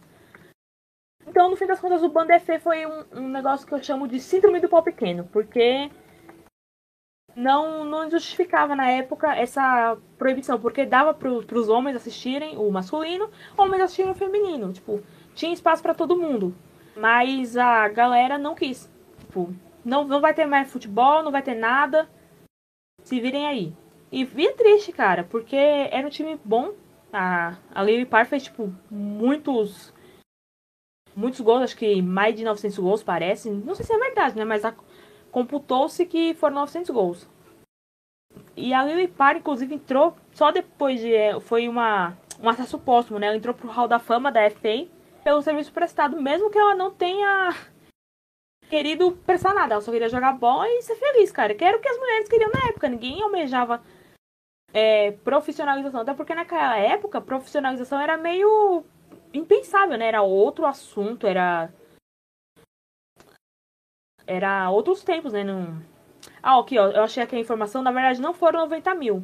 Então, no fim das contas, o Ban F A foi um, um negócio que eu chamo de síndrome do pau pequeno, porque não, não justificava na época essa proibição, porque dava para os homens assistirem o masculino, homens assistirem o feminino, tipo, tinha espaço para todo mundo, mas a galera não quis, tipo, não, não vai ter mais futebol, não vai ter nada, se virem aí. E, e é triste, cara, porque era um time bom, A, a Lily Parr fez, tipo, muitos muitos gols, acho que mais de novecentos gols, parece. Não sei se é verdade, né? Mas a, computou-se que foram novecentos gols. E a Lily Parr, inclusive, entrou só depois de... Foi uma, um acesso póstumo, né? Ela entrou pro Hall da Fama da F A pelo serviço prestado, mesmo que ela não tenha querido prestar nada. Ela só queria jogar bola e ser feliz, cara. Que era o que as mulheres queriam na época. Ninguém almejava é, profissionalização. Até porque naquela época, profissionalização era meio impensável, né? Era outro assunto, era... Era outros tempos, né? Não... Ah, aqui, ó. Eu achei aqui a informação. Na verdade, não foram noventa mil.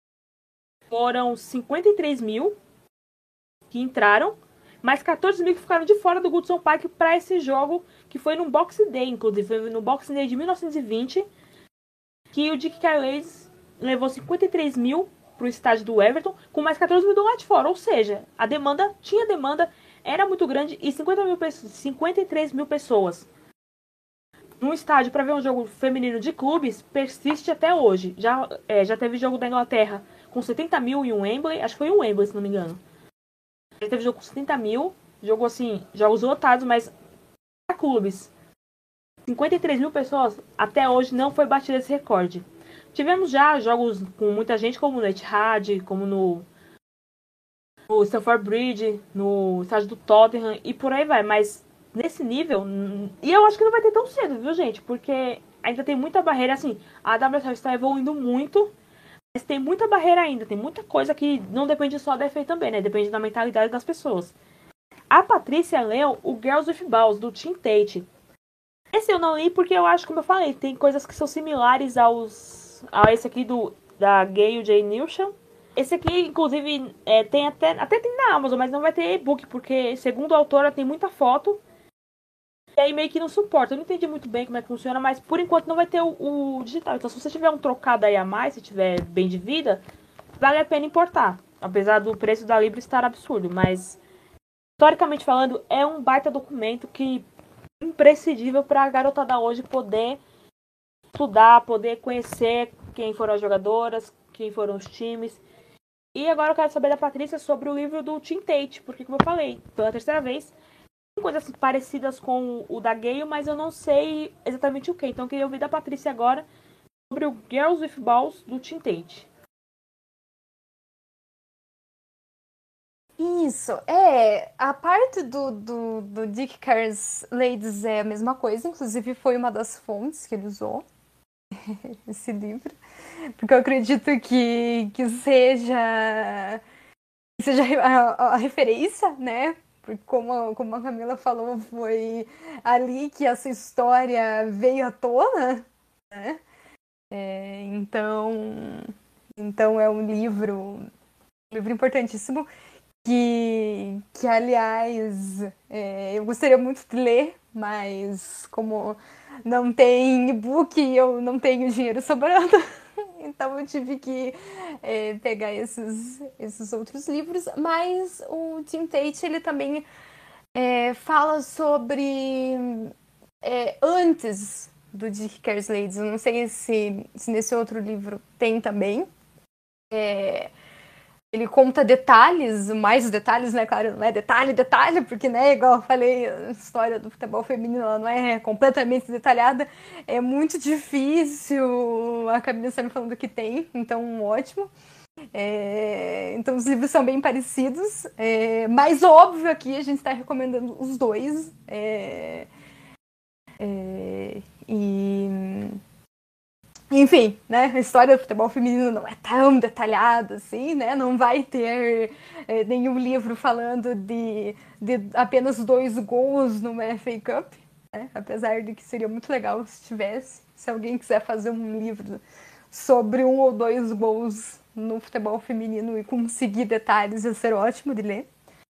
Foram cinquenta e três mil que entraram, mas quatorze mil que ficaram de fora do Goodson Park para esse jogo, que foi no Boxing Day, inclusive. Foi no Boxing Day de mil novecentos e vinte, que o Dick Carleis levou cinquenta e três mil pro estádio do Everton, com mais quatorze mil do lado de fora. Ou seja, a demanda, tinha demanda, era muito grande, e cinquenta mil, cinquenta e três mil pessoas num estádio para ver um jogo feminino de clubes persiste até hoje. Já, é, já teve jogo da Inglaterra com setenta mil em um Wembley, acho que foi um Wembley, se não me engano. Já teve jogo com setenta mil, jogo assim, jogos lotados, mas para clubes, cinquenta e três mil pessoas, até hoje não foi batido esse recorde. Tivemos já jogos com muita gente, como no Etihad, como no, no Stamford Bridge, no estádio do Tottenham, e por aí vai, mas nesse nível, e eu acho que não vai ter tão cedo, viu, gente? Porque ainda tem muita barreira, assim, a W S L está evoluindo muito, mas tem muita barreira ainda, tem muita coisa que não depende só da F A também, né? Depende da mentalidade das pessoas. A Patrícia leu o Girls with Balls, do Tim Tate. Esse eu não li porque eu acho, como eu falei, tem coisas que são similares aos a esse aqui do, da Gayle J. Newsham. Esse aqui, inclusive, é, tem até, até tem na Amazon, mas não vai ter e-book, porque, segundo a autora, tem muita foto. E aí meio que não suporta. Eu não entendi muito bem como é que funciona, mas por enquanto não vai ter o, o digital. Então se você tiver um trocado aí a mais, se tiver bem de vida, vale a pena importar. Apesar do preço da Libra estar absurdo. Mas, historicamente falando, é um baita documento que é imprescindível para a garotada hoje poder estudar, poder conhecer quem foram as jogadoras, quem foram os times. E agora eu quero saber da Patrícia sobre o livro do Tim Tate, porque como eu falei, pela terceira vez, coisas parecidas com o da Gayle, mas eu não sei exatamente o que. Então eu queria ouvir da Patrícia agora sobre o Girls with Balls do Tim Tate. Isso, é, a parte do, do, do Dick Carle's Ladies é a mesma coisa, inclusive foi uma das fontes que ele usou, esse livro, porque eu acredito que, que seja, que seja a, a referência, né? Porque como, como a Camila falou, foi ali que essa história veio à tona, né? É, então, então é um livro, um livro importantíssimo que, que aliás, é, eu gostaria muito de ler, mas como não tem e-book, eu não tenho dinheiro sobrando. Então eu tive que é, pegar esses, esses outros livros. Mas o Tim Tate, ele também é, fala sobre é, antes do Dick Carle's Ladies. Eu não sei se, se nesse outro livro tem também. É, ele conta detalhes, mais detalhes, né? Claro, não é detalhe, detalhe, porque, né, igual eu falei, a história do futebol feminino ela não é completamente detalhada. É muito difícil, a Camila está me falando que tem, então ótimo. É, então os livros são bem parecidos, é, mas óbvio aqui a gente está recomendando os dois. É, é, e... Enfim, né, a história do futebol feminino não é tão detalhada assim, né, não vai ter é, nenhum livro falando de, de apenas dois gols numa F A Cup, né, apesar de que seria muito legal se tivesse, se alguém quiser fazer um livro sobre um ou dois gols no futebol feminino e conseguir detalhes, ia ser ótimo de ler.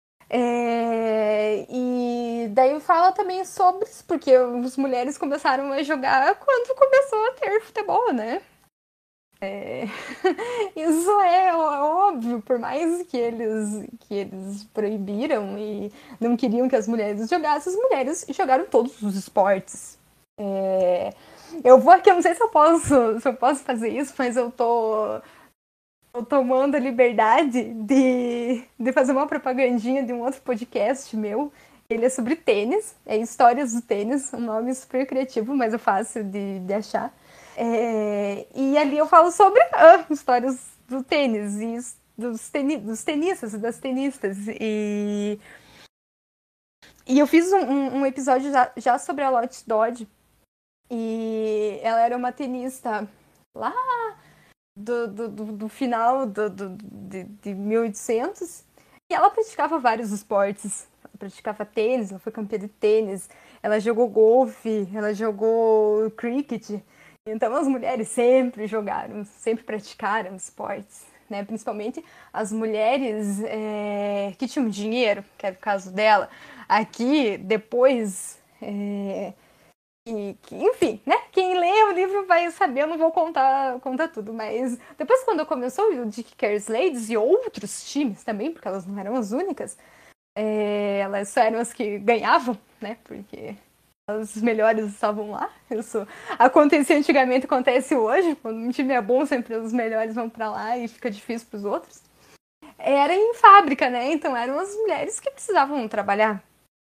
É, e daí fala também sobre isso, porque as mulheres começaram a jogar quando começou a ter futebol, né? É, isso é óbvio, por mais que eles, que eles proibiram e não queriam que as mulheres jogassem, as mulheres jogaram todos os esportes. É, eu vou aqui, eu não sei se eu posso, se eu posso fazer isso, mas eu tô tô tomando a liberdade de, de fazer uma propagandinha de um outro podcast meu. Ele é sobre tênis, é Histórias do Tênis, um nome super criativo, mas é fácil de, de achar. É, e ali eu falo sobre ah, histórias do tênis e dos, teni, dos tenistas e das tenistas. E, e eu fiz um, um, um episódio já, já sobre a Lotte Dodge. E ela era uma tenista lá do, do, do, do final do, do, de, de mil e oitocentos. E ela praticava vários esportes. Ela praticava tênis, ela foi campeã de tênis. Ela jogou golfe, ela jogou cricket. Então as mulheres sempre jogaram, sempre praticaram esportes, né? Principalmente as mulheres é, que tinham dinheiro, que era o caso dela. Aqui, depois... É, E, que, enfim, né? Quem lê o livro vai saber, eu não vou contar, contar tudo, mas depois quando começou o Dick Cares Ladies e outros times também, porque elas não eram as únicas, é, elas só eram as que ganhavam, né? Porque as melhores estavam lá. Isso acontecia antigamente, acontece hoje. Quando um time é bom, sempre os melhores vão pra lá e fica difícil pros outros. Era em fábrica, né? Então eram as mulheres que precisavam trabalhar.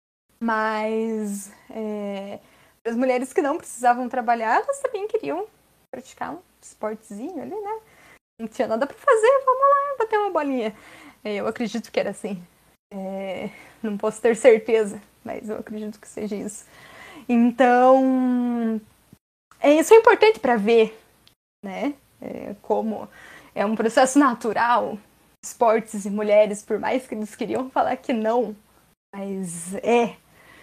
Mas... É... as mulheres que não precisavam trabalhar, elas também queriam praticar um esportezinho ali, né? Não tinha nada pra fazer, vamos lá, bater uma bolinha. Eu acredito que era assim. É... Não posso ter certeza, mas eu acredito que seja isso. Então, é, isso é importante para ver, né? É, como é um processo natural, esportes e mulheres, por mais que eles queriam falar que não, mas é,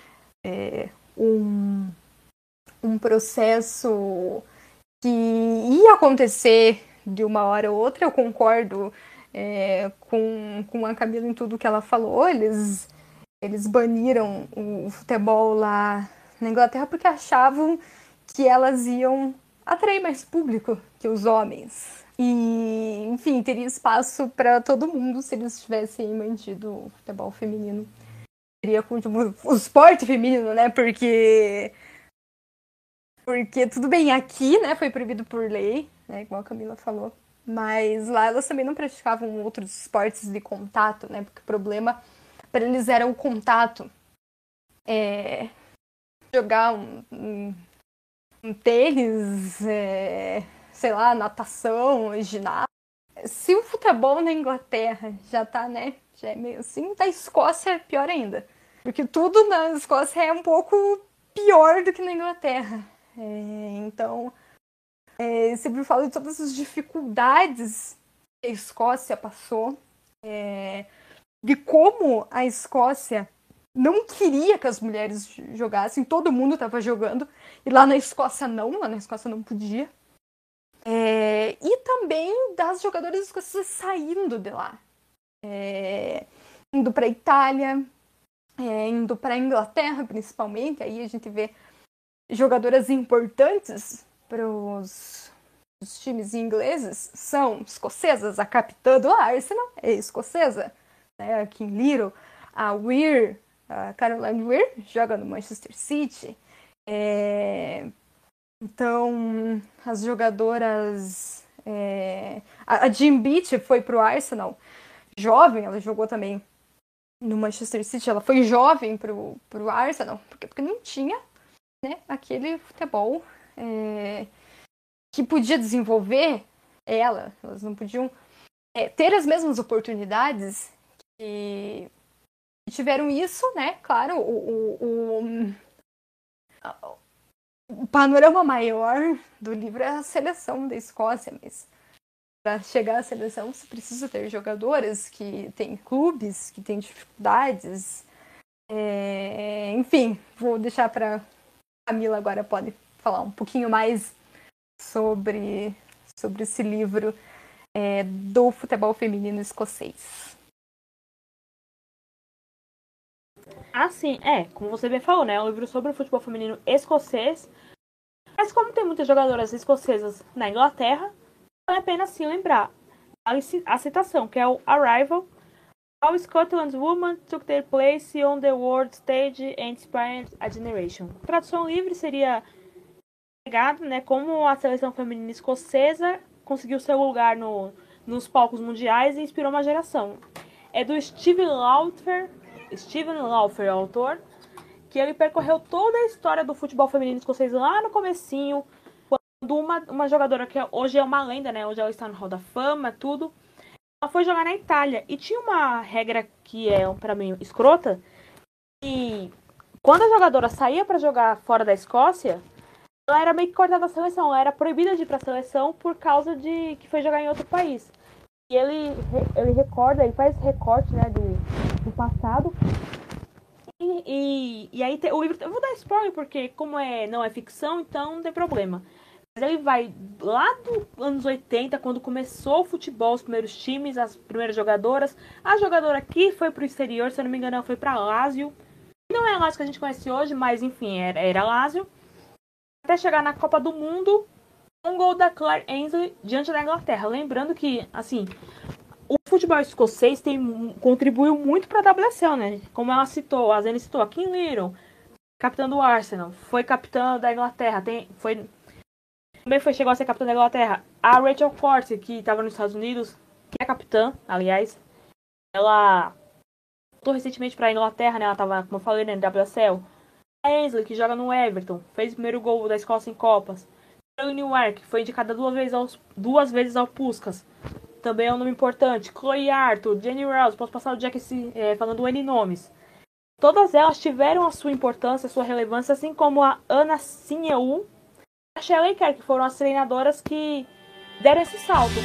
é um... um processo que ia acontecer de uma hora ou outra. Eu concordo é, com, com a Camila em tudo que ela falou. Eles, eles baniram o futebol lá na Inglaterra porque achavam que elas iam atrair mais público que os homens. E, enfim, teria espaço para todo mundo se eles tivessem mantido o futebol feminino. Teria tipo, o esporte feminino, né? Porque... Porque, tudo bem, aqui, né, foi proibido por lei, né, igual a Camila falou, mas lá elas também não praticavam outros esportes de contato, né, porque o problema para eles era o contato. É, jogar um, um, um tênis, é, sei lá, natação, ginástica. Se o futebol na Inglaterra já tá, né, já é meio assim, da Escócia é pior ainda. Porque tudo na Escócia é um pouco pior do que na Inglaterra. É, então, é, eu sempre falo de todas as dificuldades que a Escócia passou, é, de como a Escócia não queria que as mulheres jogassem, todo mundo estava jogando, e lá na Escócia não, lá na Escócia não podia. É, e também das jogadoras escocesas saindo de lá, é, indo para a Itália, é, indo para a Inglaterra principalmente, aí a gente vê jogadoras importantes para os times ingleses são escocesas. A capitã do Arsenal é escocesa, né? A Kim Little, a Weir, a Caroline Weir joga no Manchester City. É... Então, as jogadoras... É... A, a Jean Beattie foi para o Arsenal jovem, ela jogou também no Manchester City, ela foi jovem para o Arsenal, porque, porque não tinha, né, aquele futebol é, que podia desenvolver ela. Elas não podiam é, ter as mesmas oportunidades que tiveram isso, né? Claro, o, o, o, o panorama maior do livro é a seleção da Escócia, mas para chegar à seleção você precisa ter jogadoras que têm clubes, que têm dificuldades. É, enfim, vou deixar para Camila agora pode falar um pouquinho mais sobre, sobre esse livro é, do futebol feminino escocês. Ah, sim, é, como você bem falou, né, é um livro sobre o futebol feminino escocês, mas como tem muitas jogadoras escocesas na Inglaterra, vale a pena sim lembrar a citação, que é o Arrival, How Scotland's women took their place on the world stage and inspired a generation. Tradução livre seria pegado, né, como a seleção feminina escocesa conseguiu seu lugar no, nos palcos mundiais e inspirou uma geração. É do Steven Laufer, Steven Laufer, autor, que ele percorreu toda a história do futebol feminino escocês lá no comecinho, quando uma, uma jogadora que hoje é uma lenda, né? Hoje ela está no Hall da Fama, tudo. Ela foi jogar na Itália. E tinha uma regra que é, pra mim, escrota, que quando a jogadora saía para jogar fora da Escócia, ela era meio que cortada da seleção. Ela era proibida de ir pra seleção por causa de que foi jogar em outro país. E ele, ele recorda, ele faz recorte, né, do, do passado. E, e, e aí te, o livro... Eu vou dar spoiler, porque como é, não é ficção, então não tem problema. Mas ele vai lá dos anos oitenta, quando começou o futebol, os primeiros times, as primeiras jogadoras. A jogadora aqui foi pro exterior, se eu não me engano, ela foi pra Lazio. Não é a Lazio que a gente conhece hoje, mas enfim, era, era Lazio. Até chegar na Copa do Mundo, um gol da Claire Ainsley diante da Inglaterra. Lembrando que, assim, o futebol escocês tem, contribuiu muito para a W S L, né? Como ela citou, a Zene citou, a Kim Little, capitã do Arsenal, foi capitã da Inglaterra, tem, foi, também foi, chegou a ser capitã da Inglaterra. A Rachel Corsie, que estava nos Estados Unidos, que é capitã, aliás, ela voltou recentemente para a Inglaterra, né? Ela estava, como eu falei, né, no W S L. A Ainsley, que joga no Everton, fez o primeiro gol da Escócia em Copas. Caroline Ware, que foi indicada duas vezes, aos, duas vezes ao Puskás, também é um nome importante. Chloe Arthur, Jenny Rose, posso passar o dia que se, é, falando N nomes. Todas elas tiveram a sua importância, a sua relevância, assim como a Anna Sinheu e a Shelley Kerr, que foram as treinadoras que deram esse salto.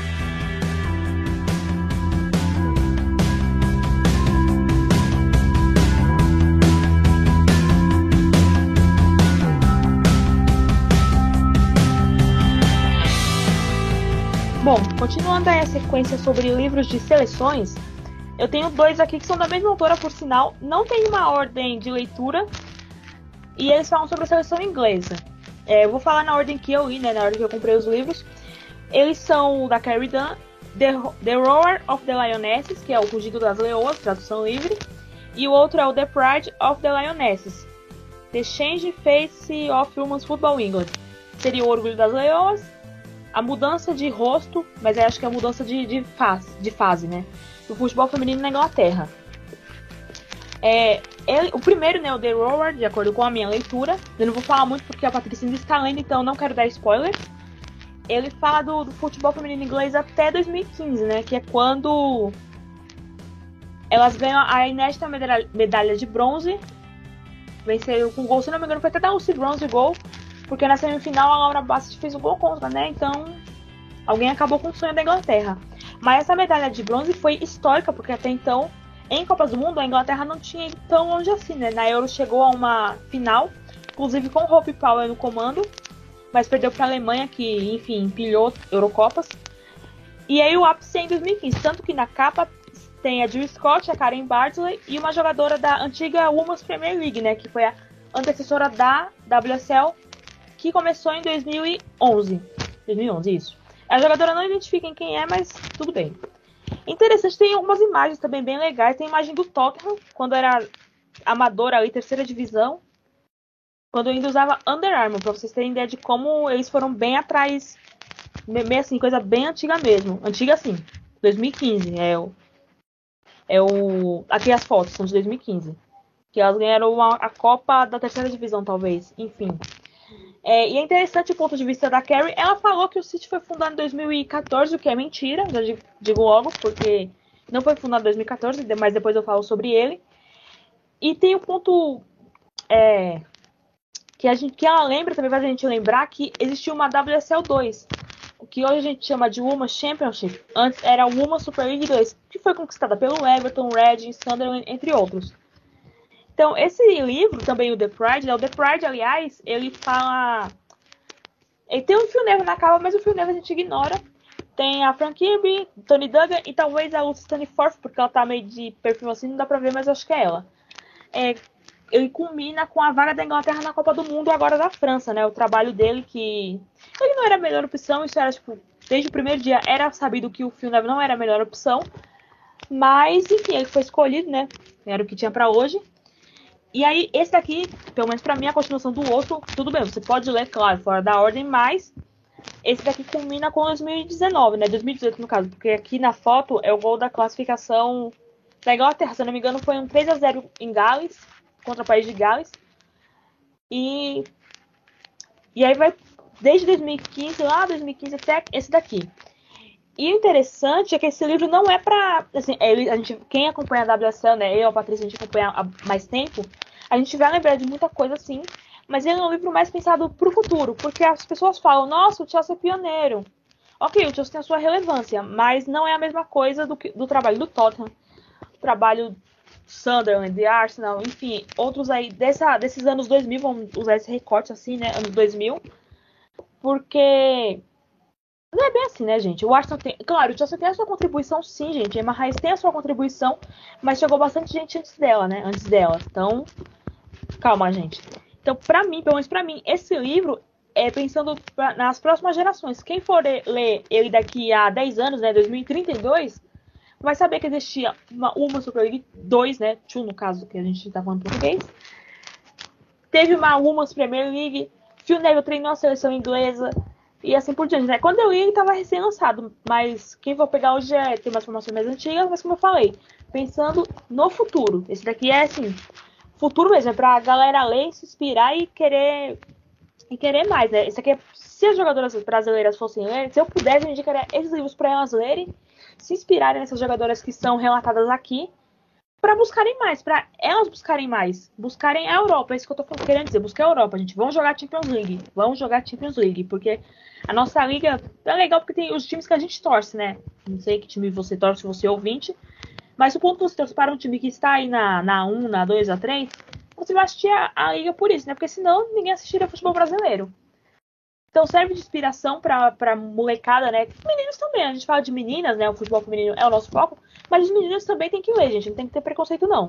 Bom, continuando aí a sequência sobre livros de seleções, eu tenho dois aqui que são da mesma autora, por sinal, não tem uma ordem de leitura, e eles falam sobre a seleção inglesa. É, eu vou falar na ordem que eu li, né, na ordem que eu comprei os livros. Eles são da Carrie Dunn, The, the Roar of the Lionesses, que é o Rugido das Leoas, tradução livre, e o outro é o The Pride of the Lionesses, The Change Face of Women's Football England. Seria o Orgulho das Leoas, a mudança de rosto, mas eu acho que é a mudança de, de, fase, de fase, né? Do futebol feminino na Inglaterra. É, ele, o primeiro, né, o The Roar, de acordo com a minha leitura, eu não vou falar muito porque a Patrícia ainda está lendo, então não quero dar spoilers. Ele fala do, do futebol feminino inglês até dois mil e quinze, né? Que é quando elas ganham a inédita medalha, medalha de bronze. Venceram com gol, se não me engano, foi até dar um bronze gol. Porque na semifinal a Laura Bassett fez o gol contra, né? Então, alguém acabou com o sonho da Inglaterra. Mas essa medalha de bronze foi histórica, porque até então, em Copas do Mundo, a Inglaterra não tinha ido tão longe assim, né? Na Euro chegou a uma final, inclusive com Hope Powell no comando, mas perdeu para a Alemanha, que, enfim, empilhou Eurocopas. E aí o ápice é em dois mil e quinze, tanto que na capa tem a Jill Scott, a Karen Bardsley e uma jogadora da antiga Women's Premier League, né? Que foi a antecessora da W S L, que começou em dois mil e onze. dois mil e onze, isso. A jogadora não identifica quem é, mas tudo bem. Interessante, tem algumas imagens também bem legais. Tem a imagem do Tottenham, quando era amadora ali, terceira divisão. Quando eu ainda usava Under Armour, pra vocês terem ideia de como eles foram bem atrás. Meio assim, coisa bem antiga mesmo. Antiga assim, dois mil e quinze. É o... É o... Aqui as fotos são de dois mil e quinze. Que elas ganharam a, a Copa da terceira divisão, talvez. Enfim. É, e é interessante o ponto de vista da Carrie. Ela falou que o City foi fundado em dois mil e quatorze, o que é mentira, já digo, digo logo, porque não foi fundado em dois mil e quatorze, mas depois eu falo sobre ele. E tem o um ponto é, que, a gente, que ela lembra, também faz a gente lembrar que existiu uma W S L dois, o que hoje a gente chama de Women's Championship. Antes era a Women's Super League dois, que foi conquistada pelo Everton, Reading, Sunderland, entre outros. Então, esse livro, também o The Pride, né? O The Pride, aliás, ele fala... Ele tem um fio negro na capa, mas o fio negro a gente ignora. Tem a Fran Kirby, Tony Duggan e talvez a Lucy Staniforth, porque ela tá meio de perfil assim, não dá pra ver, mas eu acho que é ela. É, ele culmina com a vaga da Inglaterra na Copa do Mundo, agora da França, né? O trabalho dele que... Ele não era a melhor opção, isso era, tipo... Desde o primeiro dia era sabido que o fio negro não era a melhor opção. Mas, enfim, ele foi escolhido, né? Era o que tinha pra hoje. E aí, esse aqui, pelo menos pra mim, é a continuação do outro. Tudo bem, você pode ler, claro, fora da ordem, mas esse daqui culmina com dois mil e dezenove, né? dois mil e dezoito no caso, porque aqui na foto é o gol da classificação da Inglaterra, se eu não me engano, foi um três a zero em Gales, contra o país de Gales. E, e aí vai desde dois mil e quinze, lá dois mil e quinze até esse daqui. E o interessante é que esse livro não é pra... Assim, ele, a gente, quem acompanha a W S L, né? Eu, a Patrícia, a gente acompanha há mais tempo, a gente vai lembrar de muita coisa assim, mas ele é um livro mais pensado pro futuro, porque as pessoas falam, nossa, o Chelsea é pioneiro. Ok, o Chelsea tem a sua relevância, mas não é a mesma coisa do, que, do trabalho do Tottenham, do trabalho do Sunderland, de Arsenal, enfim, outros aí dessa, desses anos dois mil, vamos usar esse recorte assim, né, anos dois mil, porque não é bem assim, né, gente? O Arsenal tem, claro, o Chelsea tem a sua contribuição, sim, gente, a Emma Hayes tem a sua contribuição, mas chegou bastante gente antes dela, né, antes dela, então, calma, gente. Então, pra mim, pelo menos pra mim, esse livro é pensando pra, nas próximas gerações. Quem for ler ele daqui a dez anos, né, dois mil e trinta e dois, vai saber que existia uma, uma Super League dois, né, two no caso, que a gente tá falando em português. Teve uma Women's Premier League, Phil Neville treinou a seleção inglesa, e assim por diante, né. Quando eu li, ele tava recém-lançado, mas quem for pegar hoje é, tem umas informações mais antigas, mas como eu falei, pensando no futuro. Esse daqui é, assim, futuro mesmo, é pra galera ler, se inspirar e querer... E querer mais, né? Isso aqui é, se as jogadoras brasileiras fossem ler, se eu pudesse, eu indicaria esses livros para elas lerem, se inspirarem nessas jogadoras que são relatadas aqui, para buscarem mais, para elas buscarem mais, buscarem a Europa, é isso que eu tô querendo dizer, buscar a Europa, gente. Vamos jogar Champions League, vamos jogar Champions League, porque a nossa liga é legal porque tem os times que a gente torce, né? Não sei que time você torce, você é ouvinte, mas o ponto você torce para um time que está aí na, na um, na dois, na três, você vai assistir a, a liga por isso, né? Porque senão ninguém assistiria futebol brasileiro. Então serve de inspiração pra, pra molecada, né? Meninos também, a gente fala de meninas, né? O futebol feminino é o nosso foco, mas os meninos também tem que ler, gente. Não tem que ter preconceito, não.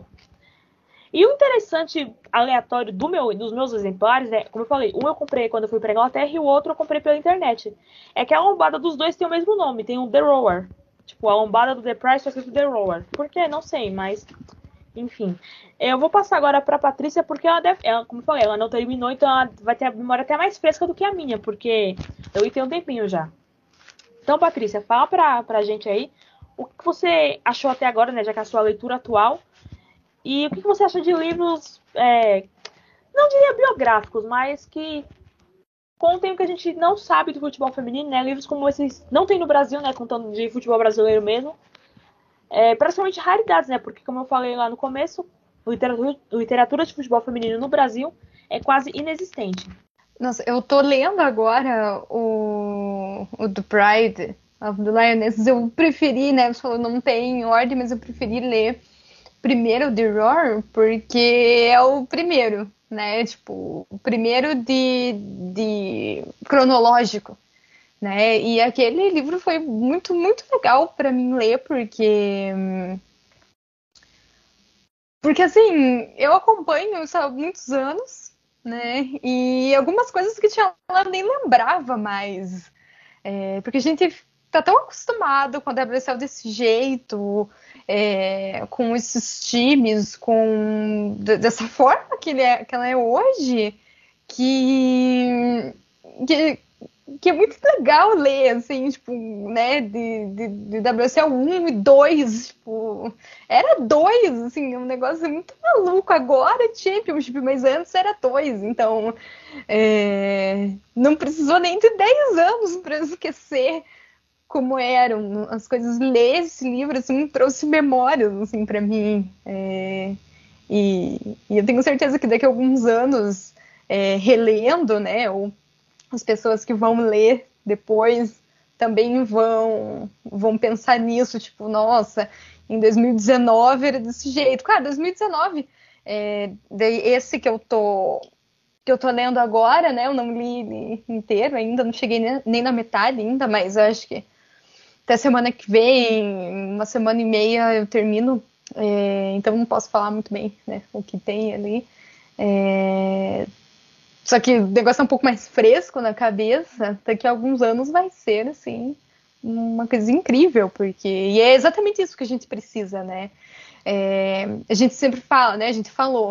E o interessante, aleatório do meu, dos meus exemplares, né? Como eu falei, um eu comprei quando eu fui pra Inglaterra e o outro eu comprei pela internet. É que a lombada dos dois tem o mesmo nome, tem o The Rower. Tipo, a lombada do The Price foi escrito The Rower. Por quê? Não sei, mas... Enfim, eu vou passar agora pra Patrícia, porque ela deve, ela, como eu falei, ela não terminou, então ela vai ter a memória até mais fresca do que a minha, porque eu li tem um tempinho já. Então, Patrícia, fala pra, pra gente aí o que você achou até agora, né, já que é a sua leitura atual, e o que você acha de livros, é, não diria biográficos, mas que contem o que a gente não sabe do futebol feminino, né, livros como esses não tem no Brasil, né, contando de futebol brasileiro mesmo. É, praticamente raridades, né? Porque, como eu falei lá no começo, literatura, literatura de futebol feminino no Brasil é quase inexistente. Nossa, eu tô lendo agora o, o The Pride of the Lionesses. Eu preferi, né? Você falou, não tem ordem, mas eu preferi ler primeiro The Roar, porque é o primeiro, né? Tipo, o primeiro de, de cronológico. Né? E aquele livro foi muito, muito legal para mim ler, porque porque assim, eu acompanho isso há muitos anos, né? E algumas coisas que tinha lá eu nem lembrava mais, é, porque a gente tá tão acostumado com a W S L desse jeito, é, com esses times, com dessa forma que, ele é, que ela é hoje, que, que que é muito legal ler, assim, tipo, né, de, de, de W S L um e dois, tipo, era dois, assim, um negócio muito maluco, agora é Championship, mas antes era dois, então, é, não precisou nem de dez anos para esquecer como eram as coisas. Ler esse livro, assim, trouxe memórias, assim, para mim, é, e, e eu tenho certeza que daqui a alguns anos, é, relendo, né, ou as pessoas que vão ler depois também vão, vão pensar nisso, tipo, nossa, em dois mil e dezenove era desse jeito. Claro, dois mil e dezenove, é, esse que eu tô que eu tô lendo agora, né, eu não li inteiro ainda, não cheguei nem, nem na metade ainda, mas eu acho que até semana que vem, uma semana e meia eu termino, é, então não posso falar muito bem, né, o que tem ali. É... Só que o negócio é um pouco mais fresco na cabeça, daqui a alguns anos vai ser, assim, uma coisa incrível, porque... E é exatamente isso que a gente precisa, né? É... A gente sempre fala, né? A gente falou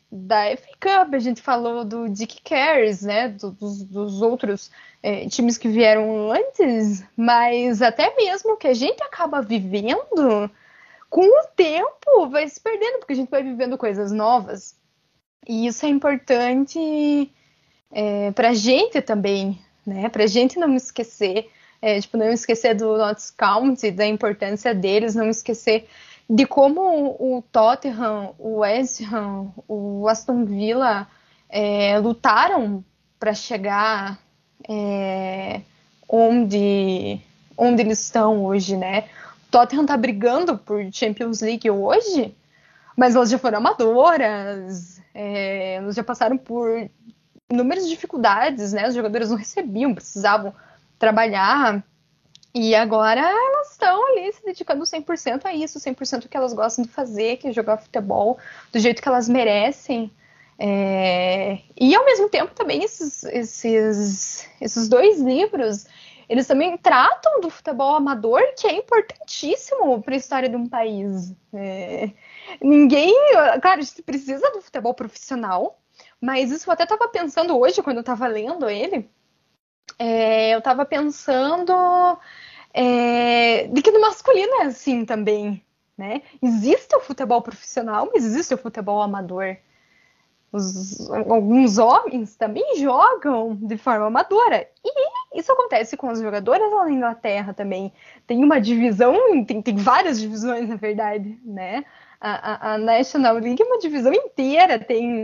da F A Cup, a gente falou do Dick Cares, né, do, dos, dos outros é, times que vieram antes, mas até mesmo que a gente acaba vivendo, com o tempo vai se perdendo, porque a gente vai vivendo coisas novas, e isso é importante é, pra gente também, né, pra gente não esquecer, é, tipo, não esquecer do Notts County, da importância deles, não esquecer de como o Tottenham, o West Ham, o Aston Villa é, lutaram para chegar é, onde, onde eles estão hoje, né? O Tottenham tá brigando por Champions League hoje, mas elas já foram amadoras, é, elas já passaram por inúmeras dificuldades, né? Os jogadores não recebiam, precisavam trabalhar. E agora elas estão ali se dedicando cem por cento a isso, cem por cento que elas gostam de fazer, que é jogar futebol do jeito que elas merecem. É... E ao mesmo tempo também esses, esses, esses dois livros, eles também tratam do futebol amador, que é importantíssimo para a história de um país. É... Ninguém, claro, a gente precisa do futebol profissional, mas isso eu até estava pensando hoje, quando eu estava lendo ele, é, eu estava pensando é, de que no masculino é assim também, né? Existe o futebol profissional, mas existe o futebol amador. Os, alguns homens também jogam de forma amadora. E isso acontece com os jogadores lá na Inglaterra também. Tem uma divisão, tem, tem várias divisões, na verdade, né? A, a, a National League é uma divisão inteira, tem...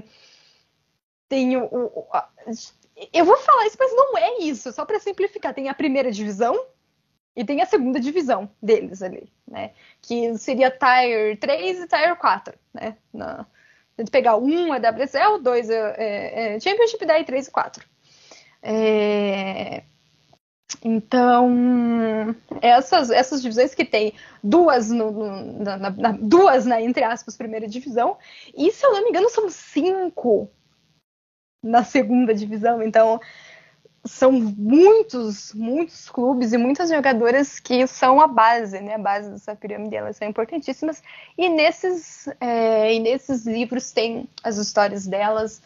tem o, o a, eu vou falar isso, mas não é isso, só para simplificar. Tem a primeira divisão e tem a segunda divisão deles ali, né? Que seria Tier três e Tier quatro, né? Na, a gente pegar um é W S L, dois é, é, é Championship, daí três e quatro. É... Então, essas, essas divisões que tem duas, no, no, na, na, duas na, entre aspas, primeira divisão, e se eu não me engano são cinco na segunda divisão, então são muitos, muitos clubes e muitas jogadoras que são a base, né, a base dessa pirâmide, elas são importantíssimas, e nesses, é, e nesses livros tem as histórias delas.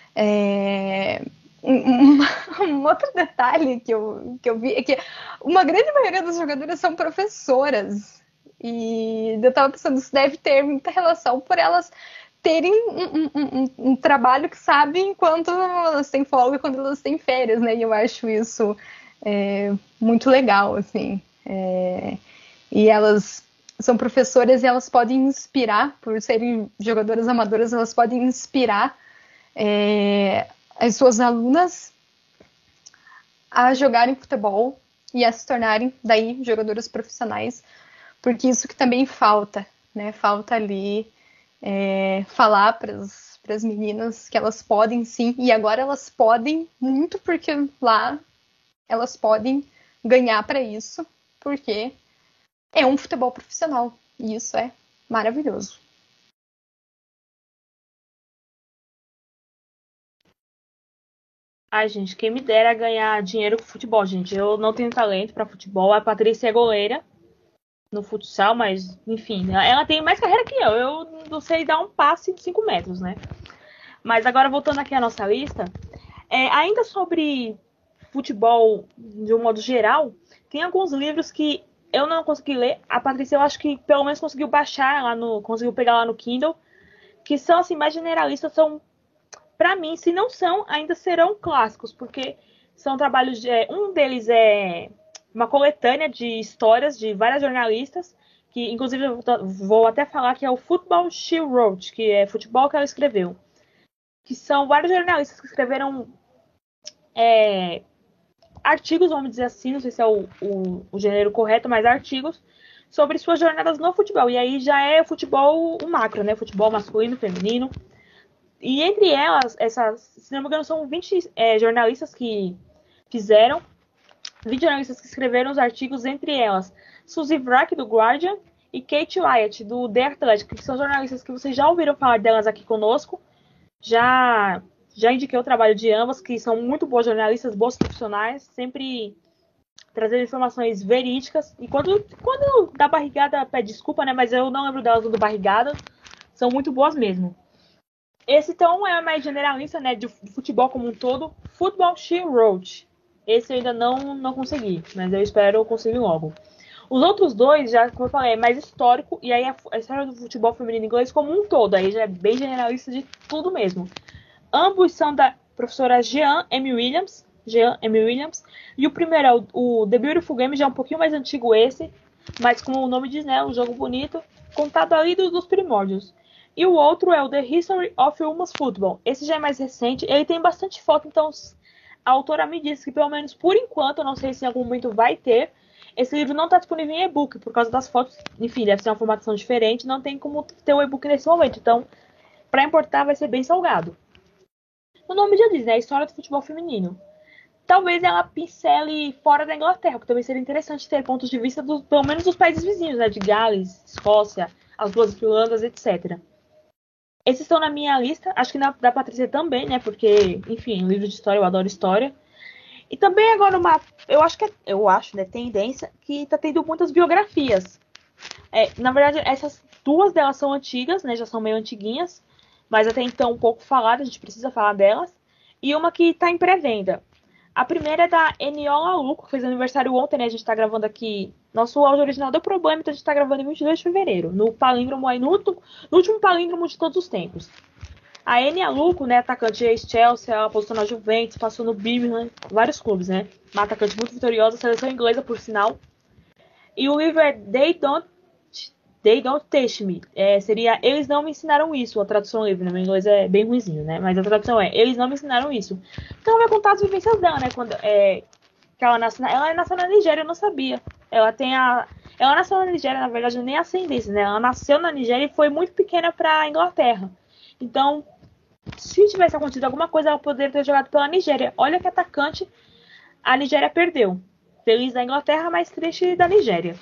É, um, um outro detalhe que eu, que eu vi é que uma grande maioria das jogadoras são professoras, e eu tava pensando, isso deve ter muita relação por elas terem um, um, um, um trabalho que sabem quando elas têm folga e quando elas têm férias, né? E eu acho isso é, muito legal, assim. É, e elas são professoras e elas podem inspirar, por serem jogadoras amadoras, elas podem inspirar é, as suas alunas a jogarem futebol e a se tornarem, daí, jogadoras profissionais, porque isso que também falta, né? Falta ali É, falar para as meninas que elas podem sim, e agora elas podem muito, porque lá elas podem ganhar para isso, porque é um futebol profissional, e isso é maravilhoso. Ai, gente, quem me dera ganhar dinheiro com futebol, gente. Eu não tenho talento para futebol, a Patrícia é goleira no futsal, mas, enfim, ela tem mais carreira que eu. Eu não sei dar um passe de cinco metros, né? Mas agora, voltando aqui à nossa lista, é, ainda sobre futebol de um modo geral, tem alguns livros que eu não consegui ler. A Patrícia, eu acho que pelo menos conseguiu baixar lá no, conseguiu pegar lá no Kindle, que são, assim, mais generalistas, são, pra mim, se não são, ainda serão clássicos, porque são trabalhos de, um deles é uma coletânea de histórias de várias jornalistas, que inclusive eu vou até falar que é o Football She Wrote, que é futebol que ela escreveu. Que são vários jornalistas que escreveram é, artigos, vamos dizer assim, não sei se é o, o, o gênero correto, mas artigos sobre suas jornadas no futebol. E aí já é futebol o macro, né? Futebol masculino, feminino. E entre elas, essas, se não me engano, são vinte é, jornalistas que fizeram vinte jornalistas que escreveram os artigos, entre elas Suzy Wrack, do Guardian, e Kate Wyatt, do The Athletic, que são jornalistas que vocês já ouviram falar delas aqui conosco. Já, já indiquei o trabalho de ambas, que são muito boas jornalistas, boas profissionais, sempre trazendo informações verídicas. E quando, quando dá barrigada, pede desculpa, né? Mas eu não lembro delas do barrigada. São muito boas mesmo. Esse, então, é mais generalista, né, de futebol como um todo. Football She Wrote. Esse eu ainda não, não consegui, mas eu espero conseguir logo. Os outros dois, já, como eu falei, é mais histórico, e aí a, a história do futebol feminino inglês como um todo, aí já é bem generalista de tudo mesmo. Ambos são da professora Jean M. Williams, Jean M. Williams, e o primeiro é o, o The Beautiful Game, já é um pouquinho mais antigo esse, mas como o nome diz, né, um jogo bonito, contado ali do, dos primórdios. E o outro é o The History of Women's Football. Esse já é mais recente, ele tem bastante foto, então a autora me disse que pelo menos por enquanto, eu não sei se em algum momento vai ter, esse livro não está disponível em e-book por causa das fotos. Enfim, deve ser uma formatação diferente. Não tem como ter o e-book nesse momento. Então, para importar vai ser bem salgado. O nome já diz, né? A história do futebol feminino. Talvez ela pincele fora da Inglaterra, porque também seria interessante ter pontos de vista, do, pelo menos dos países vizinhos, né? De Gales, Escócia, as duas Irlandas, etcétera. Esses estão na minha lista. Acho que na da Patrícia também, né? Porque, enfim, livro de história, eu adoro história. E também agora uma, eu acho que é, eu acho, né, tendência que tá tendo muitas biografias. É, na verdade, essas duas delas são antigas, né, já são meio antiguinhas, mas até então um pouco faladas, a gente precisa falar delas. E uma que tá em pré-venda. A primeira é da Eniola Luco, que fez aniversário ontem, né, a gente tá gravando aqui, nosso áudio original deu problema, então a gente tá gravando em vinte e dois de fevereiro, no palíndromo aí, no, no último palíndromo de todos os tempos. A Enia Luco, né, atacante de ex-Chelsea, ela postou na Juventus, passou no Birmingham, vários clubes, né? Uma atacante muito vitoriosa, seleção inglesa, por sinal. E o livro é They Don't, They Don't Teach Me. É, seria Eles Não Me Ensinaram Isso, a tradução livre, né? Meu inglês é bem ruimzinho, né? Mas a tradução é Eles Não Me Ensinaram Isso. Então vai contar as vivências dela, né? Quando, é, que ela, nasce na, ela nasceu na Nigéria, eu não sabia. Ela tem a... Ela nasceu na Nigéria, na verdade, nem ascendência, né? Ela nasceu na Nigéria e foi muito pequena pra Inglaterra. Então, se tivesse acontecido alguma coisa, ela poderia ter jogado pela Nigéria. Olha que atacante a Nigéria perdeu. Feliz da Inglaterra, mas triste da Nigéria.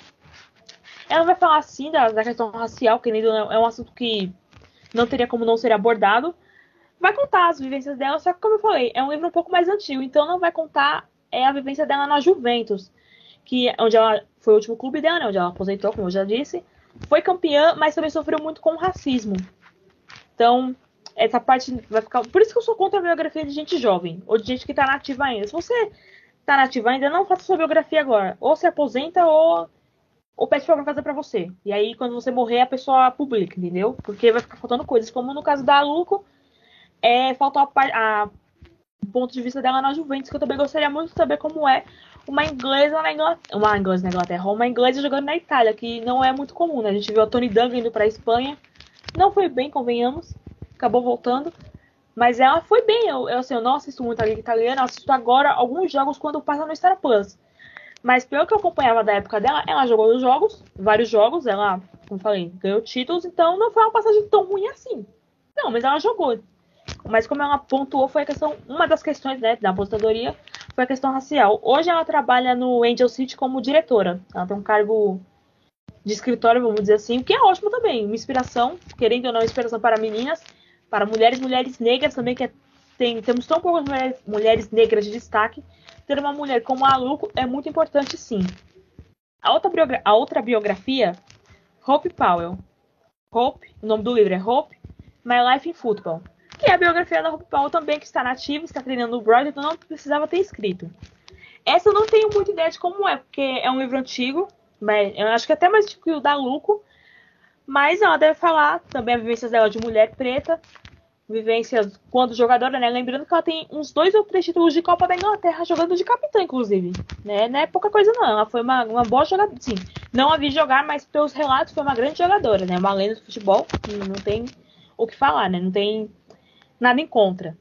Ela vai falar, sim, da, da questão racial, que é um assunto que não teria como não ser abordado. Vai contar as vivências dela, só que, como eu falei, é um livro um pouco mais antigo, então não vai contar é, a vivência dela na Juventus, que é onde ela foi o último clube dela, né, onde ela aposentou, como eu já disse. Foi campeã, mas também sofreu muito com o racismo. Então, essa parte vai ficar... Por isso que eu sou contra a biografia de gente jovem, ou de gente que tá nativa ainda. Se você tá nativa ainda, não faça sua biografia agora. Ou se aposenta, ou, ou pede pra alguém fazer pra você. E aí, quando você morrer, a pessoa publica, entendeu? Porque vai ficar faltando coisas. Como no caso da Luco, é, faltou a, a, o ponto de vista dela na Juventus, que eu também gostaria muito de saber como é uma inglesa na Inglaterra, uma inglesa na Inglaterra, uma inglesa jogando na Itália, que não é muito comum, né? A gente viu a Tony Duncan indo pra Espanha. Não foi bem, convenhamos. Acabou voltando. Mas ela foi bem. Eu, eu, assim, eu não assisto muito a Liga Italiana. Eu assisto agora alguns jogos quando passa no Star Plus. Mas pelo que eu acompanhava da época dela, ela jogou os jogos. Vários jogos. Ela, como falei, ganhou títulos. Então não foi uma passagem tão ruim assim. Não, mas ela jogou. Mas como ela pontuou, foi a questão... Uma das questões, né, da aposentadoria foi a questão racial. Hoje ela trabalha no Angel City como diretora. Ela tem um cargo de escritório, vamos dizer assim, o que é ótimo também. Uma inspiração, querendo ou não, inspiração para meninas, para mulheres, mulheres negras também, que é, tem, temos tão poucas mulheres, mulheres negras de destaque. Ter uma mulher como a Luco é muito importante, sim. A outra, biogra- a outra biografia, Hope Powell. Hope, o nome do livro é Hope, My Life in Football. Que é a biografia da Hope Powell também, que está nativa, está treinando no Brighton, então não precisava ter escrito. Essa eu não tenho muita ideia de como é, porque é um livro antigo, mas eu acho que até mais antigo que o da Luco, mas ela deve falar também as vivências dela de mulher preta, vivências quando jogadora, né? Lembrando que ela tem uns dois ou três títulos de Copa da Inglaterra, jogando de capitã, inclusive. Né? Não é pouca coisa, não. Ela foi uma, uma boa jogadora. Sim, não a vi jogar, mas pelos relatos foi uma grande jogadora, né? Uma lenda do futebol, não tem o que falar, né? Não tem nada em contra.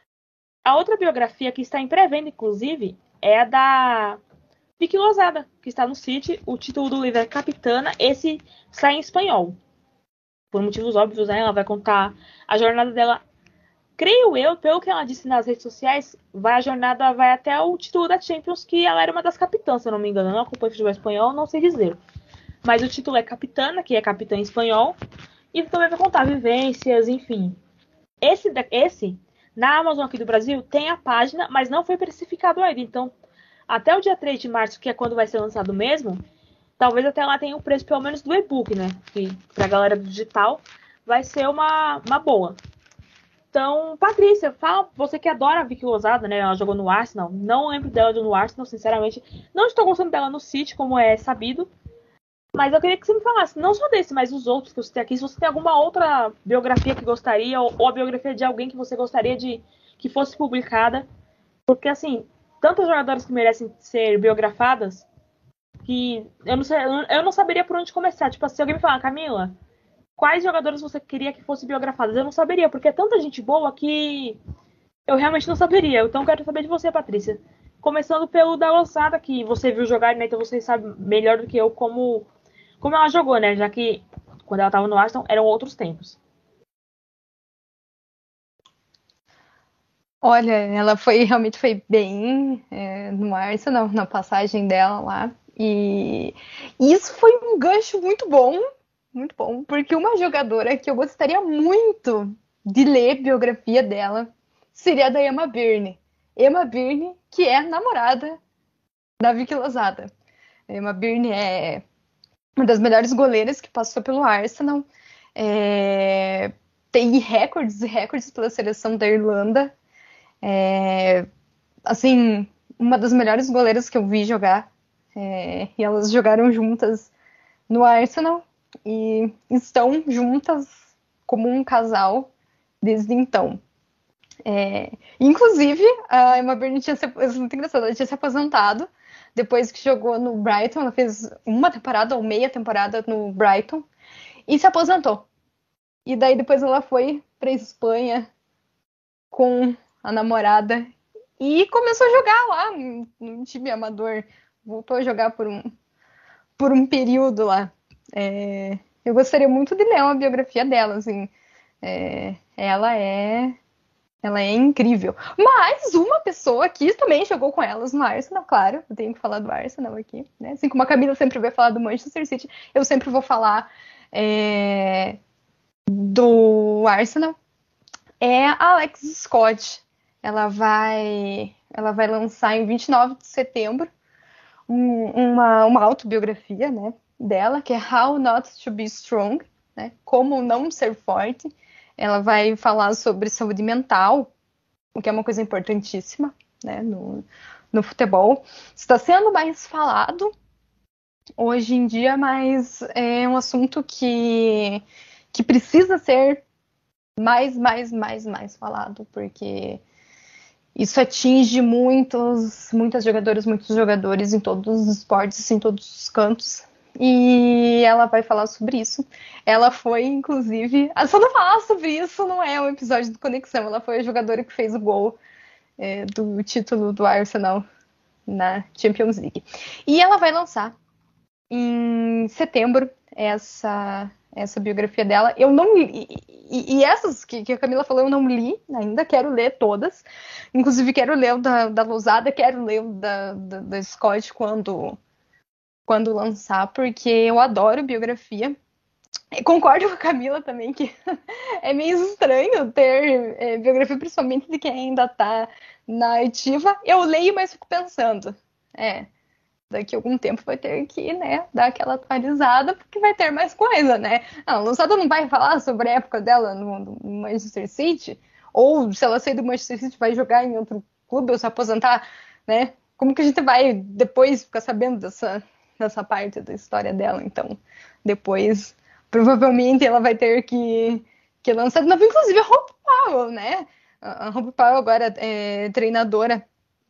A outra biografia que está em pré-venda, inclusive, é a da Vicky Losada, que está no City. O título do livro é Capitana. Esse sai em espanhol. Por motivos óbvios, né? Ela vai contar a jornada dela. Creio eu, pelo que ela disse nas redes sociais, vai, a jornada vai até o título da Champions, que ela era uma das capitãs, se eu não me engano. Eu não acompanho futebol espanhol, não sei dizer. Mas o título é Capitana, que é capitã em espanhol. E também vai contar vivências, enfim. Esse, esse, na Amazon aqui do Brasil, tem a página, mas não foi precificado ainda. Então, até o dia três de março, que é quando vai ser lançado mesmo, talvez até lá tenha o preço, pelo menos, do e-book, né? Que pra galera do digital vai ser uma, uma boa. Então, Patrícia, fala, você que adora a Vicky Losada, né? Ela jogou no Arsenal. Não lembro dela no Arsenal, sinceramente. Não estou gostando dela no City, como é sabido. Mas eu queria que você me falasse, não só desse, mas os outros que você tem aqui. Se você tem alguma outra biografia que gostaria, ou, ou a biografia de alguém que você gostaria de que fosse publicada. Porque, assim, tantas jogadoras que merecem ser biografadas, que eu não, sei, eu não saberia por onde começar. Tipo, se alguém me falar, Camila, quais jogadores você queria que fossem biografadas? Eu não saberia, porque é tanta gente boa que eu realmente não saberia. Então, eu quero saber de você, Patrícia. Começando pelo da Losada, que você viu jogar, né? Então você sabe melhor do que eu como, como ela jogou, né? Já que quando ela estava no Arsenal, eram outros tempos. Olha, ela foi realmente foi bem é, no Arsenal, na passagem dela lá. E isso foi um gancho muito bom, muito bom, porque uma jogadora que eu gostaria muito de ler a biografia dela seria a da Emma Byrne. Emma Byrne, que é namorada da Vicky Losada. A Emma Byrne é uma das melhores goleiras que passou pelo Arsenal. É, tem recordes e recordes pela seleção da Irlanda. É, assim, uma das melhores goleiras que eu vi jogar. É, e elas jogaram juntas no Arsenal e estão juntas como um casal desde então. É, inclusive, a Emma Byrne tinha se, muito engraçado, ela tinha se aposentado depois que jogou no Brighton. Ela fez uma temporada ou meia temporada no Brighton e se aposentou. E daí depois ela foi para Espanha com a namorada e começou a jogar lá no time amador. Voltou a jogar por um, por um período lá. É, eu gostaria muito de ler uma biografia dela, assim. É, ela é ela é incrível. Mas uma pessoa que também jogou com elas no Arsenal, claro, eu tenho que falar do Arsenal aqui, né? Assim como a Camila sempre vai falar do Manchester City, eu sempre vou falar é, do Arsenal. É a Alex Scott. Ela vai, ela vai lançar em vinte e nove de setembro um, uma, uma autobiografia, né, dela, que é How Not to Be Strong, né, Como Não Ser Forte. Ela vai falar sobre saúde mental, o que é uma coisa importantíssima, né, no, no futebol. Está sendo mais falado hoje em dia, mas é um assunto que, que precisa ser mais, mais, mais, mais falado, porque isso atinge muitos, muitas jogadoras, muitos jogadores em todos os esportes, em todos os cantos. E ela vai falar sobre isso. Ela foi, inclusive... Só não falar sobre isso não é um episódio do Conexão. Ela foi a jogadora que fez o gol é, do título do Arsenal na Champions League. E ela vai lançar em setembro essa, essa biografia dela. Eu não li... E, e essas que, que a Camila falou, eu não li ainda. Quero ler todas. Inclusive, quero ler o da, da Losada, quero ler o da, da, da Scott quando... quando lançar, porque eu adoro biografia. Eu concordo com a Camila também que é meio estranho ter é, biografia, principalmente de quem ainda tá na ativa. Eu leio, mas fico pensando, é, daqui a algum tempo vai ter que, né, dar aquela atualizada, porque vai ter mais coisa, né? A Lançada não vai falar sobre a época dela no, no Manchester City, ou se ela sair do Manchester City vai jogar em outro clube ou se aposentar, né? Como que a gente vai depois ficar sabendo dessa... nessa parte da história dela? Então, depois, provavelmente ela vai ter que, que lançar de novo, inclusive a Hope Powell, né? A Hope Powell agora é treinadora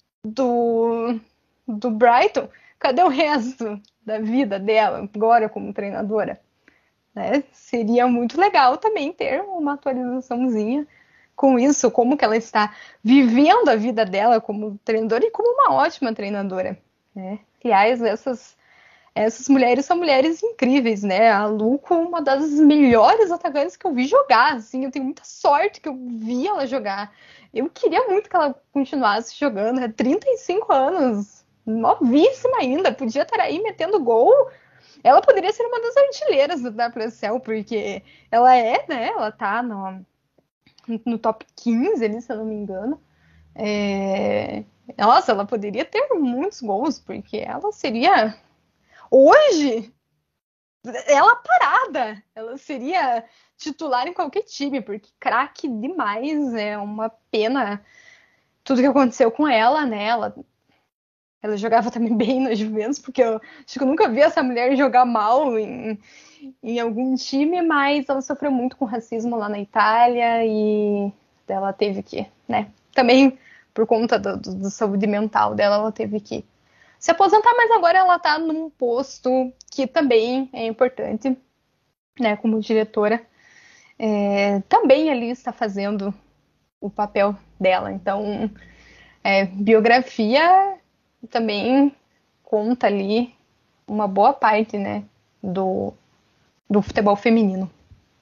do, do Brighton. Cadê o resto da vida dela agora como treinadora? Né? Seria muito legal também ter uma atualizaçãozinha com isso, como que ela está vivendo a vida dela como treinadora e como uma ótima treinadora, né? Aliás, essas Essas mulheres são mulheres incríveis, né? A Luco é uma das melhores atacantes que eu vi jogar, assim. Eu tenho muita sorte que eu vi ela jogar. Eu queria muito que ela continuasse jogando. É trinta e cinco anos, novíssima ainda. Podia estar aí metendo gol. Ela poderia ser uma das artilheiras do W S L, porque ela é, né? Ela tá no, no top quinze ali, se eu não me engano. É... Nossa, ela poderia ter muitos gols, porque ela seria... Hoje, ela parada, ela seria titular em qualquer time, porque craque demais, é uma pena tudo que aconteceu com ela, né? Ela, ela jogava também bem no Juventus, porque eu acho que eu nunca vi essa mulher jogar mal em, em algum time, mas ela sofreu muito com racismo lá na Itália e ela teve que, né? Também por conta do, do, do saúde mental dela, ela teve que se aposentar, mas agora ela está num posto que também é importante, né? Como diretora, é, também ali está fazendo o papel dela. Então, é, biografia também conta ali uma boa parte, né, do, do futebol feminino.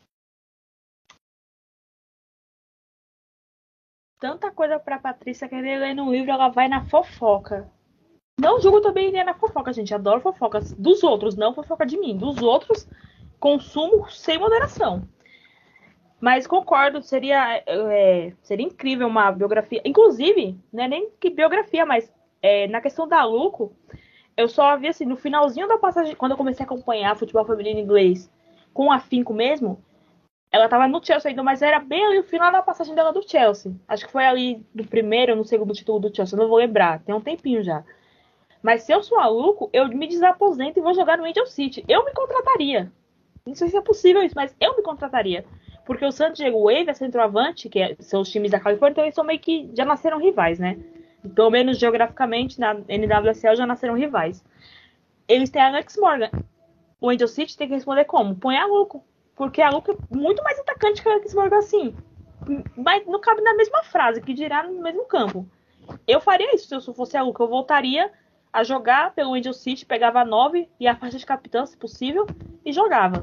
Tanta coisa pra Patrícia querer ler no livro, ela vai na fofoca. Não julgo também ir na fofoca, gente. Adoro fofocas dos outros, não fofoca de mim. Dos outros, consumo sem moderação. Mas concordo, seria, é, seria incrível uma biografia. Inclusive, não é nem que biografia, mas é, na questão da Luco, eu só vi assim, no finalzinho da passagem, quando eu comecei a acompanhar futebol feminino inglês com afinco mesmo, ela tava no Chelsea ainda, mas era bem ali o final da passagem dela do Chelsea. Acho que foi ali do primeiro ou no segundo título do Chelsea, eu não vou lembrar, tem um tempinho já. Mas se eu sou maluco, eu me desaposento e vou jogar no Angel City. Eu me contrataria. Não sei se é possível isso, mas eu me contrataria. Porque o San Diego Wave, a centroavante, que são os times da Califórnia, então eles são meio que já nasceram rivais, né? Pelo menos geograficamente, na N W S L já nasceram rivais. Eles têm a Alex Morgan. O Angel City tem que responder como? Põe a Luco. Porque a Luco é muito mais atacante que a Alex Morgan, assim. Mas não cabe na mesma frase, que dirá no mesmo campo. Eu faria isso se eu fosse a Luco. Eu voltaria a jogar pelo Angel City, pegava a nove e a faixa de capitã, se possível, e jogava.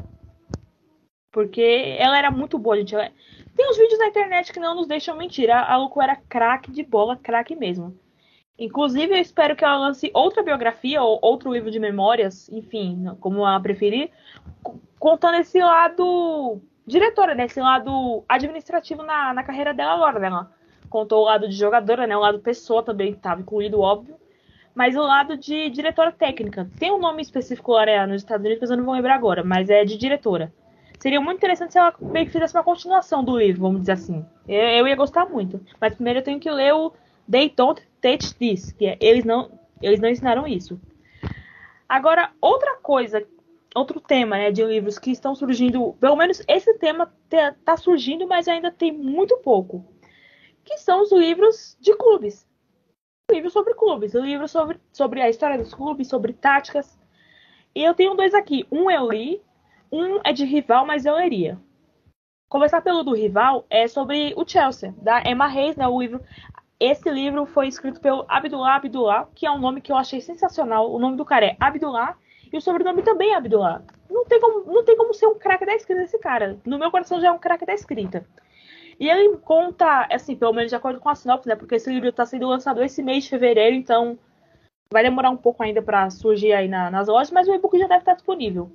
Porque ela era muito boa, gente. Ela... Tem uns vídeos na internet que não nos deixam mentir. A, a Luco era craque de bola, craque mesmo. Inclusive, eu espero que ela lance outra biografia ou outro livro de memórias, enfim, como ela preferir, contando esse lado diretora, né? Esse lado administrativo na, na carreira dela agora, né? Ela contou o lado de jogadora, né? O lado pessoa também estava incluído, óbvio. Mas o lado de diretora técnica. Tem um nome específico lá, né, nos Estados Unidos, mas eu não vou lembrar agora, mas é de diretora. Seria muito interessante se ela meio que fizesse uma continuação do livro, vamos dizer assim. Eu, eu ia gostar muito. Mas primeiro eu tenho que ler o They Don't Teach This, que é eles não, eles não ensinaram isso. Agora, outra coisa, outro tema, né, de livros que estão surgindo, pelo menos esse tema está surgindo, mas ainda tem muito pouco, que são os livros de clubes. Livros sobre clubes, livros sobre, sobre a história dos clubes, sobre táticas. E eu tenho dois aqui. Um eu li, um é de rival, mas eu leria. Começar pelo do rival é sobre o Chelsea, da Emma Hayes, né, o livro. Esse livro foi escrito pelo Abdullah Abdullah, que é um nome que eu achei sensacional. O nome do cara é Abdullah e o sobrenome também é Abdullah. Não tem como, não tem como ser um craque da escrita desse cara. No meu coração já é um craque da escrita. E ele conta, assim, pelo menos de acordo com a sinopse, né? Porque esse livro está sendo lançado esse mês de fevereiro, então vai demorar um pouco ainda para surgir aí na, nas lojas, mas o e-book já deve estar disponível.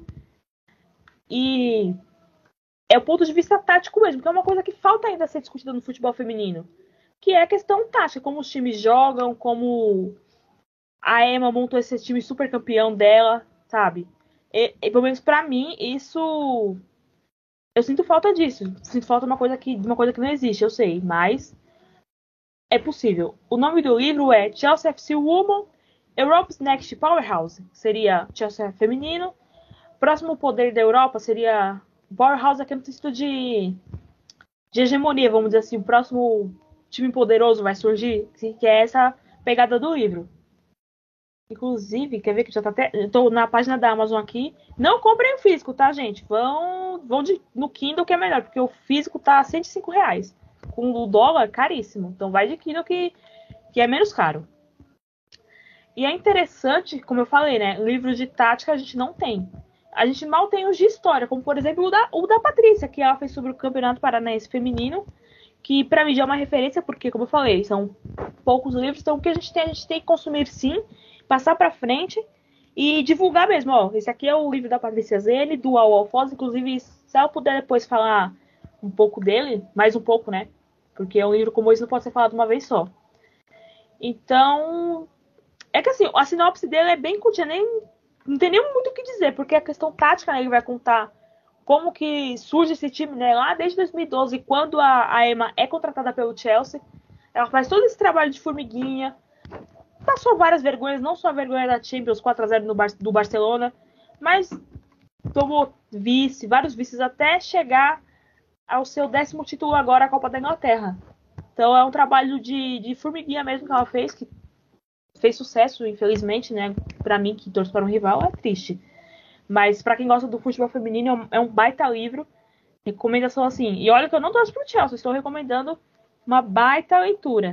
E é o ponto de vista tático mesmo, que é uma coisa que falta ainda ser discutida no futebol feminino, que é a questão tática, como os times jogam, como a Emma montou esse time super campeão dela, sabe? E, e pelo menos para mim, isso... Eu sinto falta disso. Sinto falta de uma coisa que, de uma coisa que não existe, eu sei. Mas é possível. O nome do livro é Chelsea F C Woman, Europe's Next Powerhouse. Seria Chelsea feminino. Próximo poder da Europa seria Powerhouse aqui no sentido de, de hegemonia, vamos dizer assim. O próximo time poderoso vai surgir, que é essa pegada do livro. Inclusive, quer ver que já tá até... Eu tô na página da Amazon aqui. Não comprem o físico, tá, gente? Vão, vão de, no Kindle que é melhor, porque o físico tá cento e cinco reais. Com o dólar, caríssimo. Então vai de Kindle que, que é menos caro. E é interessante, como eu falei, né? Livros de tática a gente não tem. A gente mal tem os de história, como por exemplo o da, o da Patrícia, que ela fez sobre o Campeonato Paranaense Feminino, que pra mim já é uma referência, porque, como eu falei, são poucos livros, então o que a gente tem, a gente tem que consumir sim, passar pra frente e divulgar mesmo. Ó, esse aqui é o livro da Patrícia Zene, do Al Alfoz, inclusive, se ela puder depois falar um pouco dele, mais um pouco, né? Porque é um livro como esse, não pode ser falado uma vez só. Então, é que assim, a sinopse dele é bem curtinha, nem não tem nem muito o que dizer, porque a questão tática, né, ele vai contar como que surge esse time, né, lá desde dois mil e doze, quando a, a Emma é contratada pelo Chelsea. Ela faz todo esse trabalho de formiguinha, passou várias vergonhas, não só a vergonha da Champions quatro a zero no Bar- do Barcelona, mas tomou vice, vários vices até chegar ao seu décimo título agora, a Copa da Inglaterra. Então é um trabalho de, de formiguinha mesmo que ela fez, que fez sucesso, infelizmente, né? Pra mim, que torço para um rival, é triste. Mas pra quem gosta do futebol feminino, é um, é um baita livro. Recomendação assim. E olha que eu não torço pro Chelsea, estou recomendando uma baita leitura.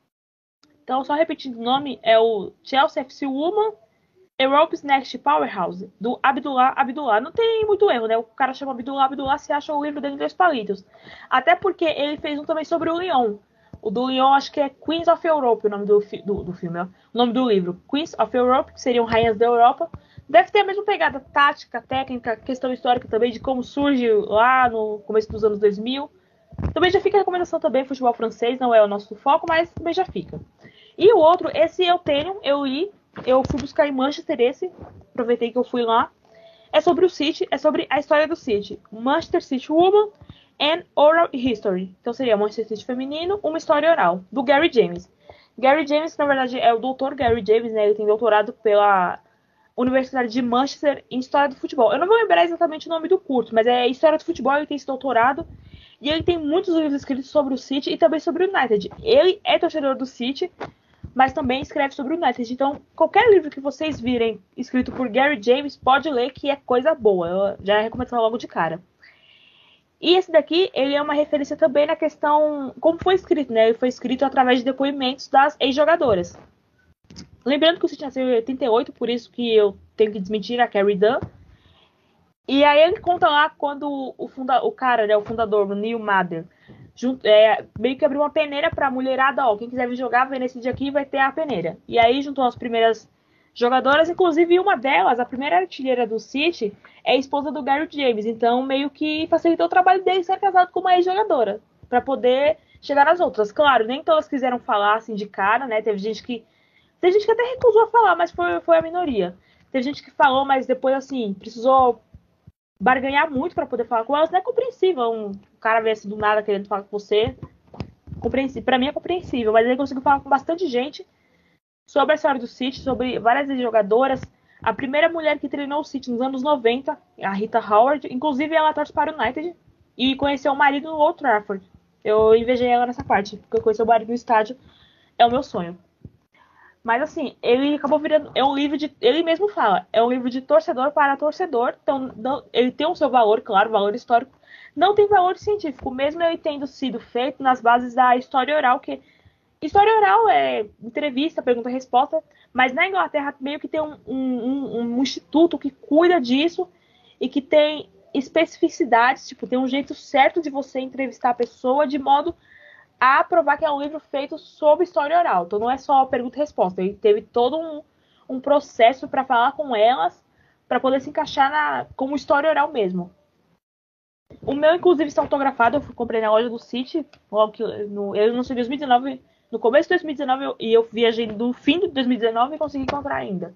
Então, só repetindo o nome, é o Chelsea F C Woman Europe's Next Powerhouse, do Abdullah Abdullah. Não tem muito erro, né? O cara chama Abdullah Abdullah, se acha o livro dele em dois palitos. Até porque ele fez um também sobre o Lyon. O do Lyon, acho que é Queens of Europe, o nome do, fi- do, do filme, ó. O nome do livro. Queens of Europe, que seriam Rainhas da Europa. Deve ter a mesma pegada tática, técnica, questão histórica também, de como surge lá no começo dos anos dois mil. Também já fica a recomendação também, futebol francês, não é o nosso foco, mas também já fica. E o outro, esse eu tenho, eu li, eu fui buscar em Manchester esse, aproveitei que eu fui lá. É sobre o City, é sobre a história do City. Manchester City Woman and Oral History. Então seria Manchester City feminino, uma história oral, do Gary James. Gary James, na verdade, é o doutor Gary James, né? Ele tem doutorado pela Universidade de Manchester em História do Futebol. Eu não vou lembrar exatamente o nome do curso, mas é História do Futebol, ele tem esse doutorado. E ele tem muitos livros escritos sobre o City e também sobre o United. Ele é torcedor do City, mas também escreve sobre o United. Então, qualquer livro que vocês virem escrito por Gary James, pode ler que é coisa boa. Eu já recomendo logo de cara. E esse daqui, ele é uma referência também na questão como foi escrito, né? Ele foi escrito através de depoimentos das ex-jogadoras. Lembrando que o City nasceu em oitenta e oito, por isso que eu tenho que desmentir a Carrie Dunn. E aí ele conta lá quando o, funda o cara, né, o fundador, o Neil Mather, junto, é, meio que abriu uma peneira pra mulherada, ó, quem quiser vir jogar, vem nesse dia aqui, vai ter a peneira. E aí juntou as primeiras jogadoras, inclusive uma delas, a primeira artilheira do City, é a esposa do Gary James, então meio que facilitou o trabalho dele ser casado com uma ex-jogadora, pra poder chegar nas outras. Claro, nem todas quiseram falar assim de cara, né, teve gente que, teve gente que até recusou a falar, mas foi, foi a minoria. Teve gente que falou, mas depois, assim, precisou barganhar muito para poder falar com elas, não é compreensível. Um cara ver assim do nada querendo falar com você. Compreensível. Para mim é compreensível, mas ele conseguiu falar com bastante gente sobre a história do City, sobre várias jogadoras. A primeira mulher que treinou o City nos anos noventa, a Rita Howard, inclusive ela torce para o United e conheceu o marido no Old Trafford. Eu invejei ela nessa parte, porque eu conheci o marido no estádio, é o meu sonho. Mas assim, ele acabou virando. É um livro de. Ele mesmo fala, é um livro de torcedor para torcedor. Então, não, ele tem o seu valor, claro, valor histórico. Não tem valor científico, mesmo ele tendo sido feito nas bases da história oral, que. História oral é entrevista, pergunta e resposta, mas na Inglaterra meio que tem um, um, um, um instituto que cuida disso e que tem especificidades, tipo, tem um jeito certo de você entrevistar a pessoa de modo a provar que é um livro feito sobre história oral. Então não é só pergunta e resposta. Ele teve todo um, um processo para falar com elas, para poder se encaixar na, como história oral mesmo. O meu, inclusive, está autografado. Eu comprei na loja do City. Logo que, no, eu não sei, dois mil e dezenove, no começo de dois mil e dezenove, eu, e eu viajei no fim de dois mil e dezenove e consegui comprar ainda.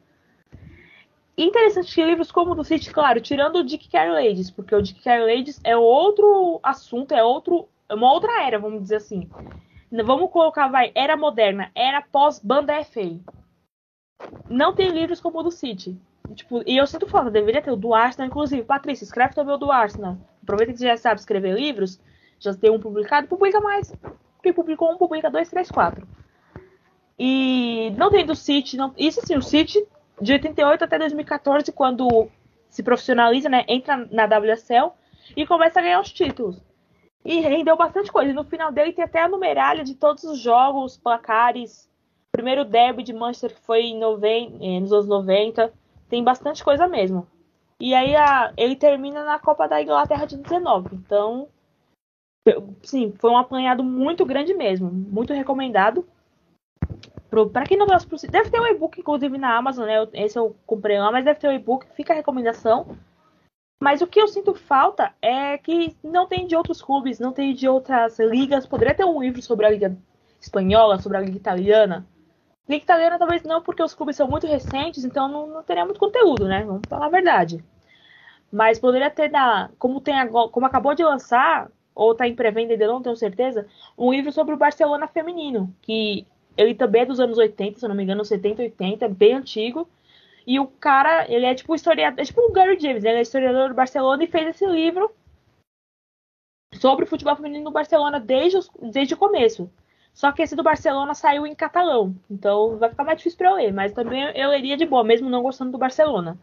E interessante que livros como o do City, claro, tirando o Dick Carey Ladies, porque o Dick Carey Ladies é outro assunto, é outro... É uma outra era, vamos dizer assim. Vamos colocar, vai, era moderna, era pós-banda F A. Não tem livros como o do City. Tipo, e eu sinto falta, deveria ter o do Arsenal, inclusive. Patrícia, escreve também o do Arsenal. Aproveita que você já sabe escrever livros, já tem um publicado, publica mais. Quem publicou um, publica dois, três, quatro. E não tem do City, não... Isso sim, o City, de oitenta e oito até dois mil e quatorze, quando se profissionaliza, né, entra na W S L e começa a ganhar os títulos. E rendeu bastante coisa. E no final dele tem até a numeralha de todos os jogos, placares. O primeiro derby de Manchester que foi em noventa, nos anos noventa. Tem bastante coisa mesmo. E aí a, ele termina na Copa da Inglaterra de dezenove. Então, sim, foi um apanhado muito grande mesmo. Muito recomendado. Para quem não gosta, deve ter um e-book, inclusive, na Amazon, né? Esse eu comprei lá, mas deve ter um e-book. Fica a recomendação. Mas o que eu sinto falta é que não tem de outros clubes, não tem de outras ligas. Poderia ter um livro sobre a Liga Espanhola, sobre a Liga Italiana, Liga Italiana talvez não, porque os clubes são muito recentes, então não, não teria muito conteúdo, né? Vamos falar a verdade. Mas poderia ter, na, como, tem agora, como acabou de lançar, ou está em pré-venda ainda, não tenho certeza, um livro sobre o Barcelona feminino, que ele também é dos anos oitenta, se eu não me engano, setenta, oitenta, bem antigo. E o cara, ele é tipo historiador, é tipo o Gary James, ele é historiador do Barcelona e fez esse livro sobre o futebol feminino do Barcelona desde, os, desde o começo. Só que esse do Barcelona saiu em catalão, então vai ficar mais difícil para eu ler, mas também eu leria de boa, mesmo não gostando do Barcelona.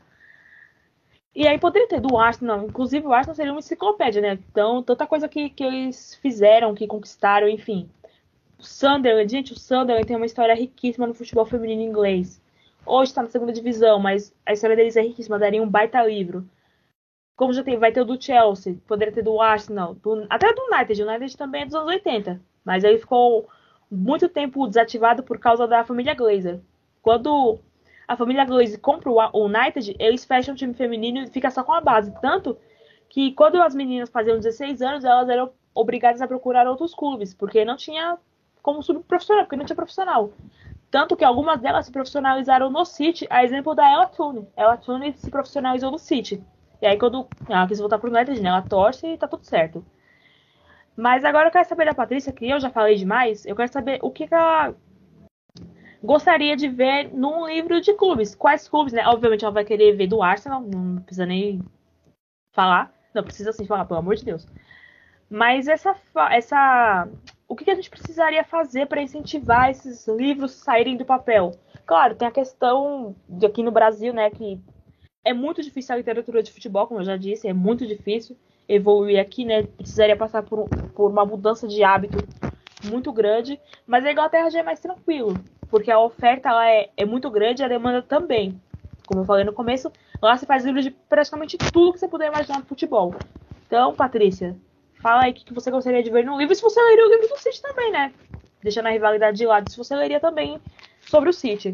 E aí poderia ter do Arsenal, inclusive o Arsenal seria uma enciclopédia, né? Então, tanta coisa que, que eles fizeram, que conquistaram, enfim. O Sunderland, gente, o Sunderland tem uma história riquíssima no futebol feminino inglês. Hoje está na segunda divisão, mas a história deles é riquíssima, daria um baita livro. Como já tem, vai ter o do Chelsea, poderia ter do Arsenal, do, até do United. O United também é dos anos oitenta, mas ele ficou muito tempo desativado por causa da família Glazer. Quando a família Glazer compra o United, eles fecham o time feminino e fica só com a base. Tanto que quando as meninas faziam dezesseis anos, elas eram obrigadas a procurar outros clubes, porque não tinha como subprofissional, porque não tinha profissional. Tanto que algumas delas se profissionalizaram no City, a exemplo da Ella Toone. Ella Toone se profissionalizou no City. E aí quando ela quis voltar pro United, né, ela torce e tá tudo certo. Mas agora eu quero saber da Patrícia, que eu já falei demais, eu quero saber o que, que ela gostaria de ver num livro de clubes. Quais clubes, né? Obviamente ela vai querer ver do Arsenal, não precisa nem falar. Não, precisa sim falar, pelo amor de Deus. Mas essa... essa o que a gente precisaria fazer para incentivar esses livros saírem do papel? Claro, tem a questão de aqui no Brasil, né, que é muito difícil a literatura de futebol, como eu já disse, é muito difícil evoluir aqui, né? Precisaria passar por, por uma mudança de hábito muito grande, mas a Inglaterra já é mais tranquilo, porque a oferta lá é, é muito grande e a demanda também. Como eu falei no começo, lá se faz livros de praticamente tudo que você puder imaginar no futebol. Então, Patrícia, fala aí o que você gostaria de ver no livro, e se você leria o livro do City também, né? Deixando a rivalidade de lado, se você leria também sobre o City.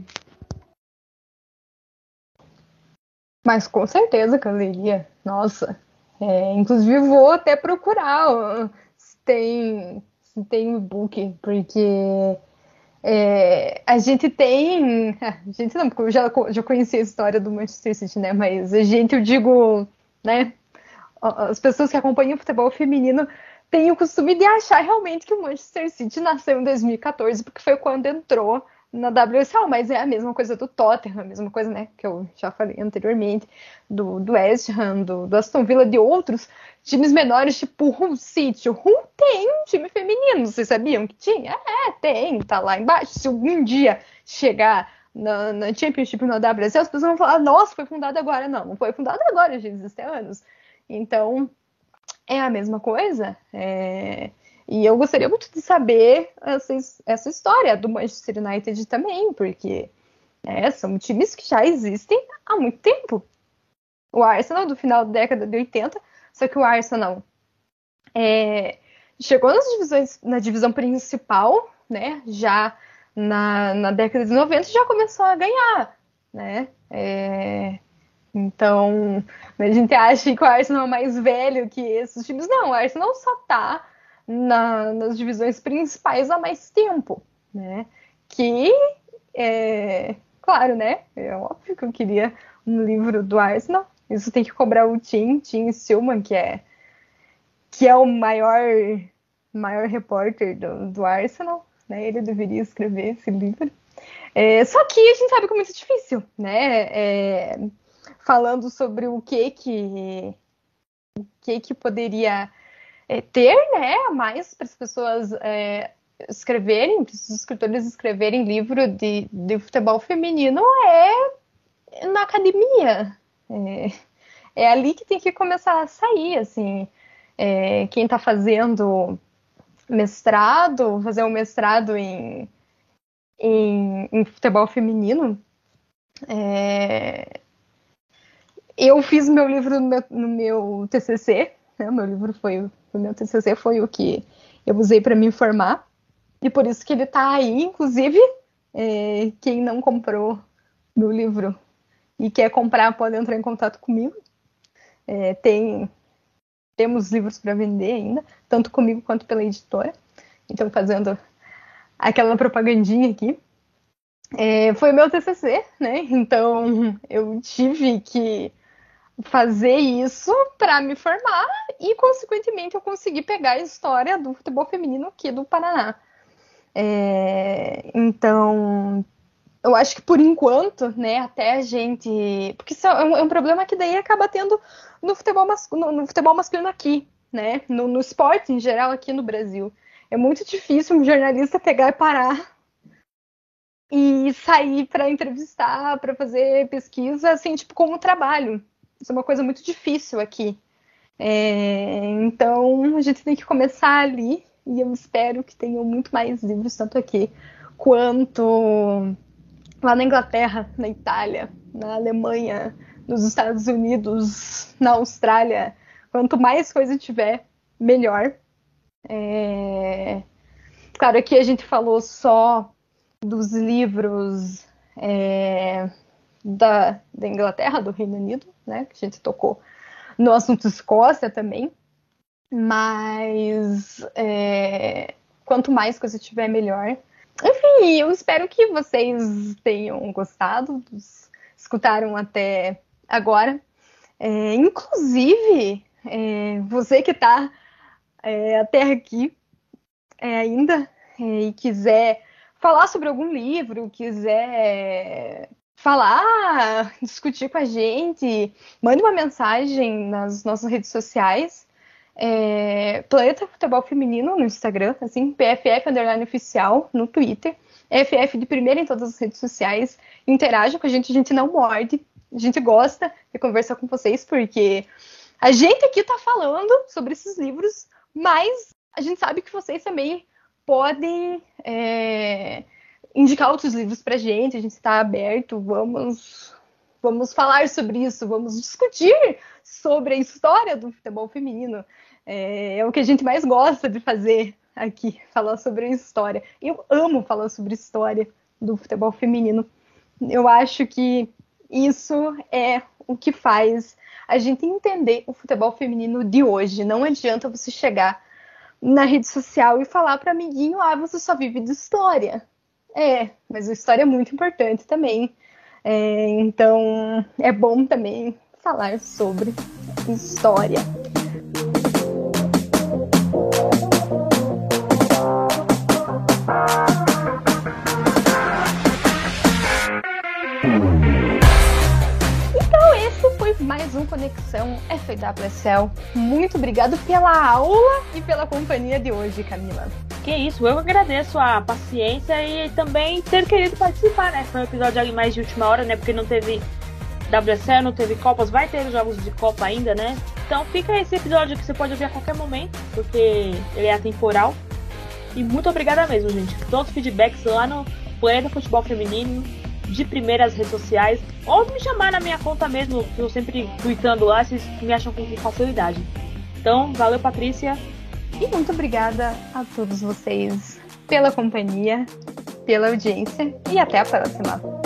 Mas com certeza que eu leria. Nossa. É, inclusive vou até procurar ó, se tem se tem e-book, porque é, a gente tem... A gente não, porque eu já, já conheci a história do Manchester City, né? Mas a gente, eu digo, né? As pessoas que acompanham o futebol feminino têm o costume de achar realmente que o Manchester City nasceu em dois mil e catorze, porque foi quando entrou na W S L, mas é a mesma coisa do Tottenham, a mesma coisa, né, que eu já falei anteriormente, do, do West Ham, do, do Aston Villa, de outros times menores, tipo o Hull City. O Hull tem um time feminino, vocês sabiam que tinha? É, tem, tá lá embaixo. Se algum dia chegar na, na Championship, na W S L, as pessoas vão falar, nossa, foi fundado agora. Não, não foi fundado agora, já existe há anos. Então, é a mesma coisa. É... E eu gostaria muito de saber essa, essa história do Manchester United também, porque é, são times que já existem há muito tempo. O Arsenal, do final da década de oitenta, só que o Arsenal é, chegou nas divisões, na divisão principal, né, já na, na década de noventa, já começou a ganhar, né, é... Então, a gente acha que o Arsenal é mais velho que esses times. Não, o Arsenal só tá na, nas divisões principais há mais tempo, né? Que, é, claro, né? É óbvio que eu queria um livro do Arsenal. Isso tem que cobrar o Tim, Tim Stillman, que é, que é o maior, maior repórter do, do Arsenal, né? Ele deveria escrever esse livro. É, só que a gente sabe que é muito difícil, né? É, falando sobre o que que, o que, que poderia é, ter, né, mais para as pessoas é, escreverem, para os escritores escreverem livro de, de futebol feminino é na academia. É, é ali que tem que começar a sair, assim. É, quem está fazendo mestrado, fazer um mestrado em, em, em futebol feminino, é... Eu fiz meu livro no meu, no meu T C C, né? Meu livro foi, o meu T C C foi o que eu usei para me informar, e por isso que ele está aí. Inclusive, é, quem não comprou meu livro e quer comprar pode entrar em contato comigo. É, tem, temos livros para vender ainda, tanto comigo quanto pela editora. Então, fazendo aquela propagandinha aqui. é, foi meu T C C, né? Então eu tive que fazer isso para me formar e, consequentemente, eu consegui pegar a história do futebol feminino aqui do Paraná. É, então, eu acho que por enquanto, né, até a gente... Porque isso é um, é um problema que daí acaba tendo no futebol, mas, no, no futebol masculino aqui, né? No, no esporte em geral aqui no Brasil. É muito difícil um jornalista pegar e parar e sair para entrevistar, para fazer pesquisa, assim, tipo, como trabalho. Isso é uma coisa muito difícil aqui. É, então, a gente tem que começar ali, e eu espero que tenham muito mais livros, tanto aqui quanto lá na Inglaterra, na Itália, na Alemanha, nos Estados Unidos, na Austrália. Quanto mais coisa tiver, melhor. É... Claro, aqui a gente falou só dos livros é, da, da Inglaterra, do Reino Unido, né? Que a gente tocou no assunto Escócia também. Mas é, quanto mais coisa tiver, melhor. Enfim, eu espero que vocês tenham gostado, escutaram até agora. É, inclusive, é, você que está é, até aqui é, ainda é, e quiser falar sobre algum livro, quiser falar, discutir com a gente, mande uma mensagem nas nossas redes sociais. É, Planeta Futebol Feminino no Instagram, assim, P F F underline oficial no Twitter, F F de primeira em todas as redes sociais. Interaja com a gente, a gente não morde, a gente gosta de conversar com vocês, porque a gente aqui tá falando sobre esses livros, mas a gente sabe que vocês também podem é, indicar outros livros pra gente, a gente está aberto, vamos, vamos falar sobre isso, vamos discutir sobre a história do futebol feminino. É, é o que a gente mais gosta de fazer aqui, falar sobre a história. Eu amo falar sobre a história do futebol feminino. Eu acho que isso é o que faz a gente entender o futebol feminino de hoje. Não adianta você chegar na rede social e falar para amiguinho, ah, você só vive de história. É, mas a história é muito importante também. É, então, é bom também falar sobre história. Então, esse foi mais um Conexão F W S L. Muito obrigado pela aula e pela companhia de hoje, Camila. Que isso, eu agradeço a paciência e também ter querido participar, né? Foi um episódio ali mais de última hora, né? Porque não teve W S L, não teve Copas, vai ter jogos de Copa ainda, né? Então fica esse episódio que você pode ouvir a qualquer momento, porque ele é atemporal. E muito obrigada mesmo, gente. Todos os feedbacks lá no Planeta Futebol Feminino, de primeira as redes sociais, ou me chamar na minha conta mesmo, que eu sempre tweetando lá, vocês me acham com facilidade. Então, valeu, Patrícia. E muito obrigada a todos vocês pela companhia, pela audiência e até a próxima.